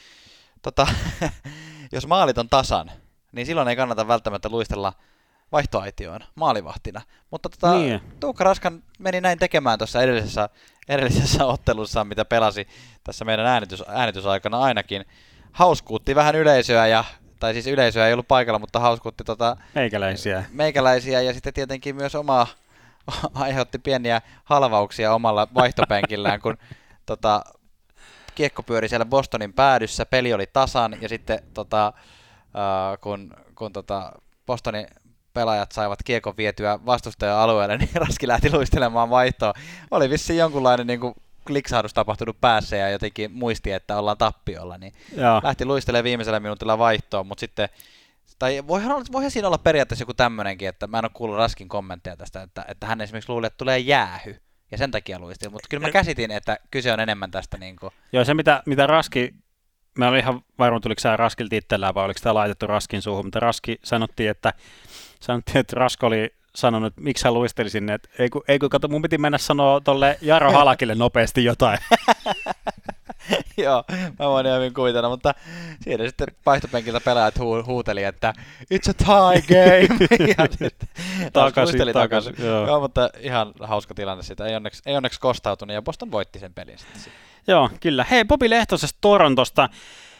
jos maalit on tasan, niin silloin ei kannata välttämättä luistella vaihtoaitioon maalivahtina. Mutta niin. Tuukka Raskan meni näin tekemään tuossa edellisessä ottelussa, mitä pelasi tässä meidän äänitysaikana ainakin. Hauskuutti vähän yleisöä, tai siis yleisöä ei ollut paikalla, mutta hauskuutti meikäläisiä ja sitten tietenkin myös aiheutti pieniä halvauksia omalla vaihtopenkillään, kun kiekko pyöri siellä Bostonin päädyssä, peli oli tasan ja sitten kun Bostonin pelaajat saivat kiekon vietyä vastustajan alueelle, niin Raski lähti luistelemaan vaihtoon. Oli vissiin jonkunlainen niin kuin kliksahdus tapahtunut päässä ja jotenkin muisti, että ollaan tappiolla, niin lähti luistelemaan viimeisellä minuutilla vaihtoon, mutta sitten, tai voihan siinä olla periaatteessa joku tämmöinenkin, että mä en ole kuullut Raskin kommentteja tästä, että hän esimerkiksi luuli, että tulee jäähy, ja sen takia luisteli, mutta kyllä mä käsitin, että kyse on enemmän tästä niin kuin... Joo, se mitä Raski, mä olin ihan varma, tuliko sä Raskilta itsellään, vai oliko tämä laitettu Raskin suuhun, mutta sanottiin, että Rask oli sanonut, että miksi hän luisteli sinne, että ei kun kato, mun piti mennä sanoa tolle Jaro Halakille nopeasti jotain. Joo, mä voin ihan hyvin kuvitella, mutta siinä sitten vaihtopenkiltä pelaajat huuteli, että it's a tie game, ja sitten takaisin. Joo, mutta ihan hauska tilanne siitä, ei onneksi kostautunut, ja Boston voitti sen pelin sitten. Joo, kyllä. Hei, Bobi Lehtosesta Torontosta.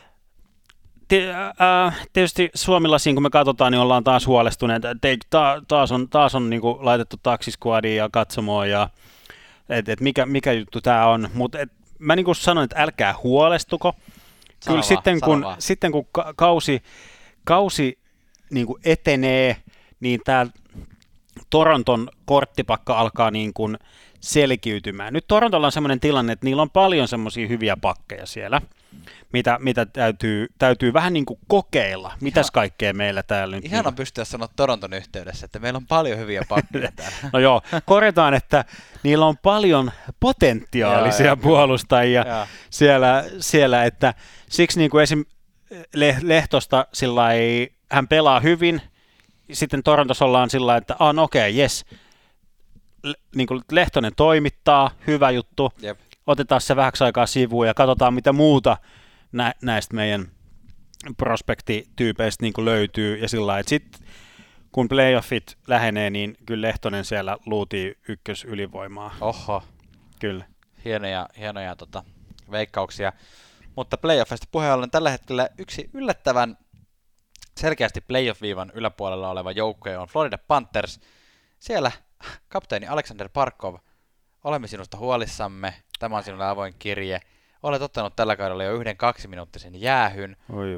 Tietysti Suomillaisiin, kun me katsotaan, niin ollaan taas huolestuneet. Taas on niin kuin laitettu taksiskuadiin ja katsomoon, ja mikä juttu tämä on. Mutta mä niin kuin sanoin, että älkää huolestuko. Kyllä sitten kun kausi niin kuin etenee, niin tämä Toronton korttipakka alkaa niin kuin selkiytymään. Nyt Torontolla on semmoinen tilanne, että niillä on paljon semmoisia hyviä pakkeja siellä, mitä täytyy vähän niin kuin kokeilla. Mitäs kaikkea meillä täällä nyt? Ihana pystyä sanoa Toronton yhteydessä, että meillä on paljon hyviä pakkeja täällä. No joo, korjataan, että niillä on paljon potentiaalisia puolustajia siellä, että siksi niin kuin esim. Lehtosta sillai, hän pelaa hyvin, sitten Torontossa ollaan sillä että jes, niin kuin Lehtonen toimittaa, hyvä juttu, otetaan se vähäksi aikaa sivuun ja katsotaan mitä muuta näistä meidän prospektityypeistä niin kuin löytyy, ja sillä lailla, että sitten kun playoffit lähenee, niin kyllä Lehtonen siellä luutii ykkösylivoimaa. Oho. Kyllä. Hienoja veikkauksia. Mutta playoffista puheen ollen tällä hetkellä yksi yllättävän selkeästi playoff-viivan yläpuolella oleva joukkue on Florida Panthers. Siellä kapteeni Alexander Barkov, olemme sinusta huolissamme. Tämä on sinulle avoin kirje. Olet ottanut tällä kaudella jo 1-2-minuuttisen jäähyn.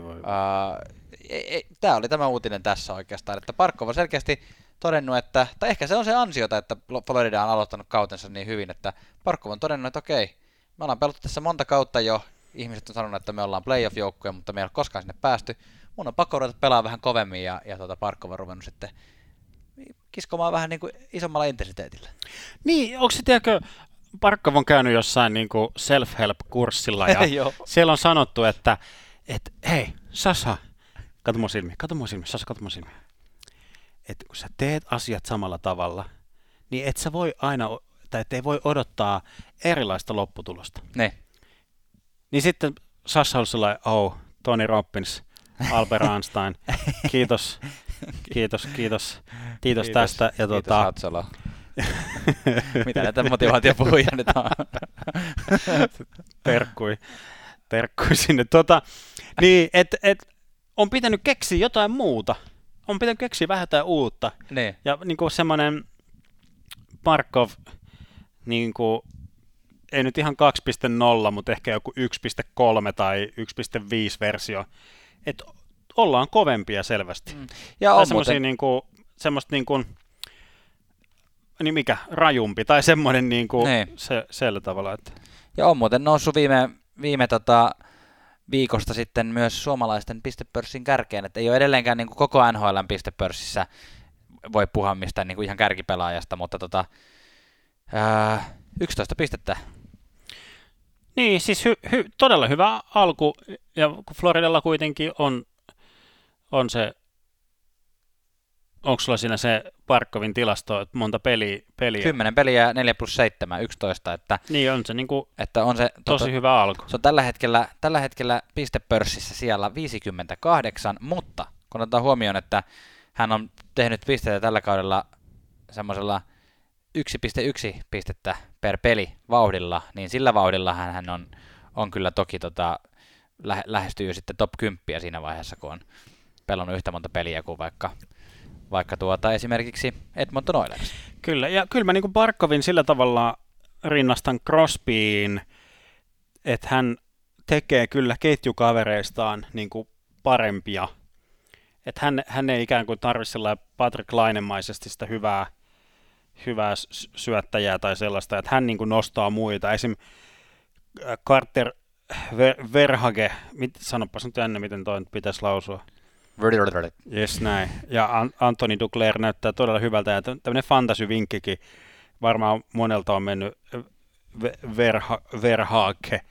Tämä oli tämä uutinen tässä oikeastaan, että Barkov on selkeästi todennut, että, tai ehkä se on se ansiota, että Florida on aloittanut kautensa niin hyvin, että Barkov on todennut, että okei, me ollaan pelattu tässä monta kautta jo. Ihmiset on sanonut, että me ollaan playoff-joukkuja, mutta me ei ole koskaan sinne päästy. Mun on pakko ruveta pelaamaan vähän kovemmin, ja Barkov on ruvennut sitten kiskomaan vähän niin kuin isommalla intensiteetillä. Niin, onko se tiedäkö, Barkov on käynyt jossain niin kuin self-help-kurssilla, ja siellä on sanottu, että hei, Sasa, kato mun silmiä, Sasa, kato mun silmiä. Että kun sä teet asiat samalla tavalla, niin et sä voi aina, tai et ei voi odottaa erilaista lopputulosta. Ne. Niin sitten Sassa on sellainen, Tony Robbins, Albert Einstein, kiitos tästä. Ja kiitos Hatsala. Mitä näitä motivaatiopuhuja nyt on? Terkkui sinne. Niin, on pitänyt keksiä jotain muuta. On pitänyt keksiä vähän jotain uutta. Ne. Ja niin kuin semmoinen Barkov, niin kuin, ei nyt ihan 2.0, mutta ehkä joku 1.3 tai 1.5 versio. Että ollaan kovempia selvästi. Ja on semmoista niin mikä, rajumpi tai semmoinen sellä tavalla. Että. Ja on muuten noussut viime viikosta sitten myös suomalaisten pistepörssin kärkeen, että ei ole edelleenkään niin kuin koko NHL:n pistepörssissä voi puhua mistään niin kuin ihan kärkipelaajasta, mutta 11 pistettä. Niin, siis todella hyvä alku, ja Floridalla kuitenkin on se, onko sulla siinä se Barkovin tilasto, että monta peliä? 10 peliä, 4+7, 11. Että, niin on se, että on se tosi hyvä alku. Se on tällä hetkellä pistepörssissä siellä 58, mutta kun otetaan huomioon, että hän on tehnyt pisteitä tällä kaudella semmoisella 1,1 pistettä per peli vauhdilla, niin sillä vauhdilla hän on kyllä toki lähestyy jo sitten top 10 siinä vaiheessa, kun on pelannut yhtä monta peliä kuin vaikka esimerkiksi Edmonton Oilers. Kyllä, ja kyllä mä niin kuin Barkovin sillä tavalla rinnastan Crosbyin, että hän tekee kyllä ketjukavereistaan niin kuin parempia. Että hän ei ikään kuin tarvitse sellainen Patrick Laine-maisesti sitä hyvää syöttäjää tai sellaista, että hän niin kuin nostaa muita. Esim. Carter Verhage, sanopas nyt ennen, miten toi pitäisi lausua. Jes, näin. Ja Anthony Duclair näyttää todella hyvältä, ja tämmöinen fantasy-vinkkikin varmaan monelta on mennyt Verhage.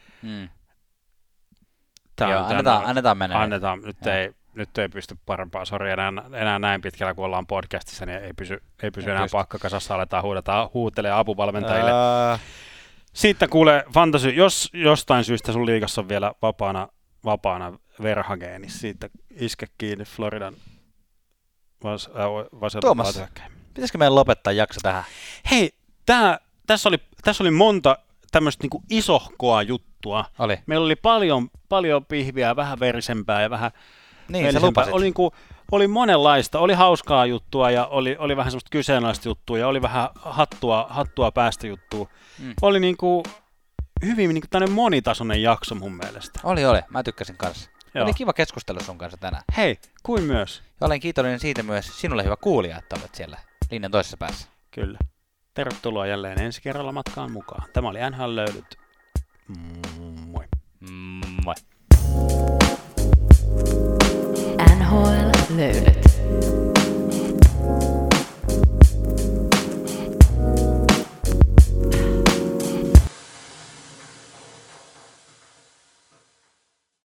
Annetaan mennä. Nyt ei pysty parempaa, sori, enää näin pitkällä, kun ollaan podcastissa, niin ei pysy enää pakkakasassa, aletaan huutelee apuvalmentajille. Sitten kuulee fantasy, jos jostain syystä sun liigassa on vielä vapaana Verhage, niin siitä iske kiinni Floridan Tuomas, pitäisikö meidän lopettaa jakso tähän? Hei, tässä oli monta tämmöistä niinku isohkoa juttua. Meillä oli paljon pihviä, vähän verisempää ja vähän verisempää. Oli monenlaista, oli hauskaa juttua ja oli vähän semmoista kyseenalaista juttua ja oli vähän hattua päästä juttua. Oli niinku hyvin niinku tämmöinen monitasoinen jakso mun mielestä. Oli, mä tykkäsin kanssa. Joo. Oli kiva keskustelu sun kanssa tänään. Hei, kuin myös. Ja olen kiitollinen siitä myös sinulle, hyvä kuulija, että olet siellä linjan toisessa päässä. Kyllä. Tervetuloa jälleen ensi kerralla matkaan mukaan. Tämä oli NHL Löylyt. Moi. Moi. NHL Löylyt.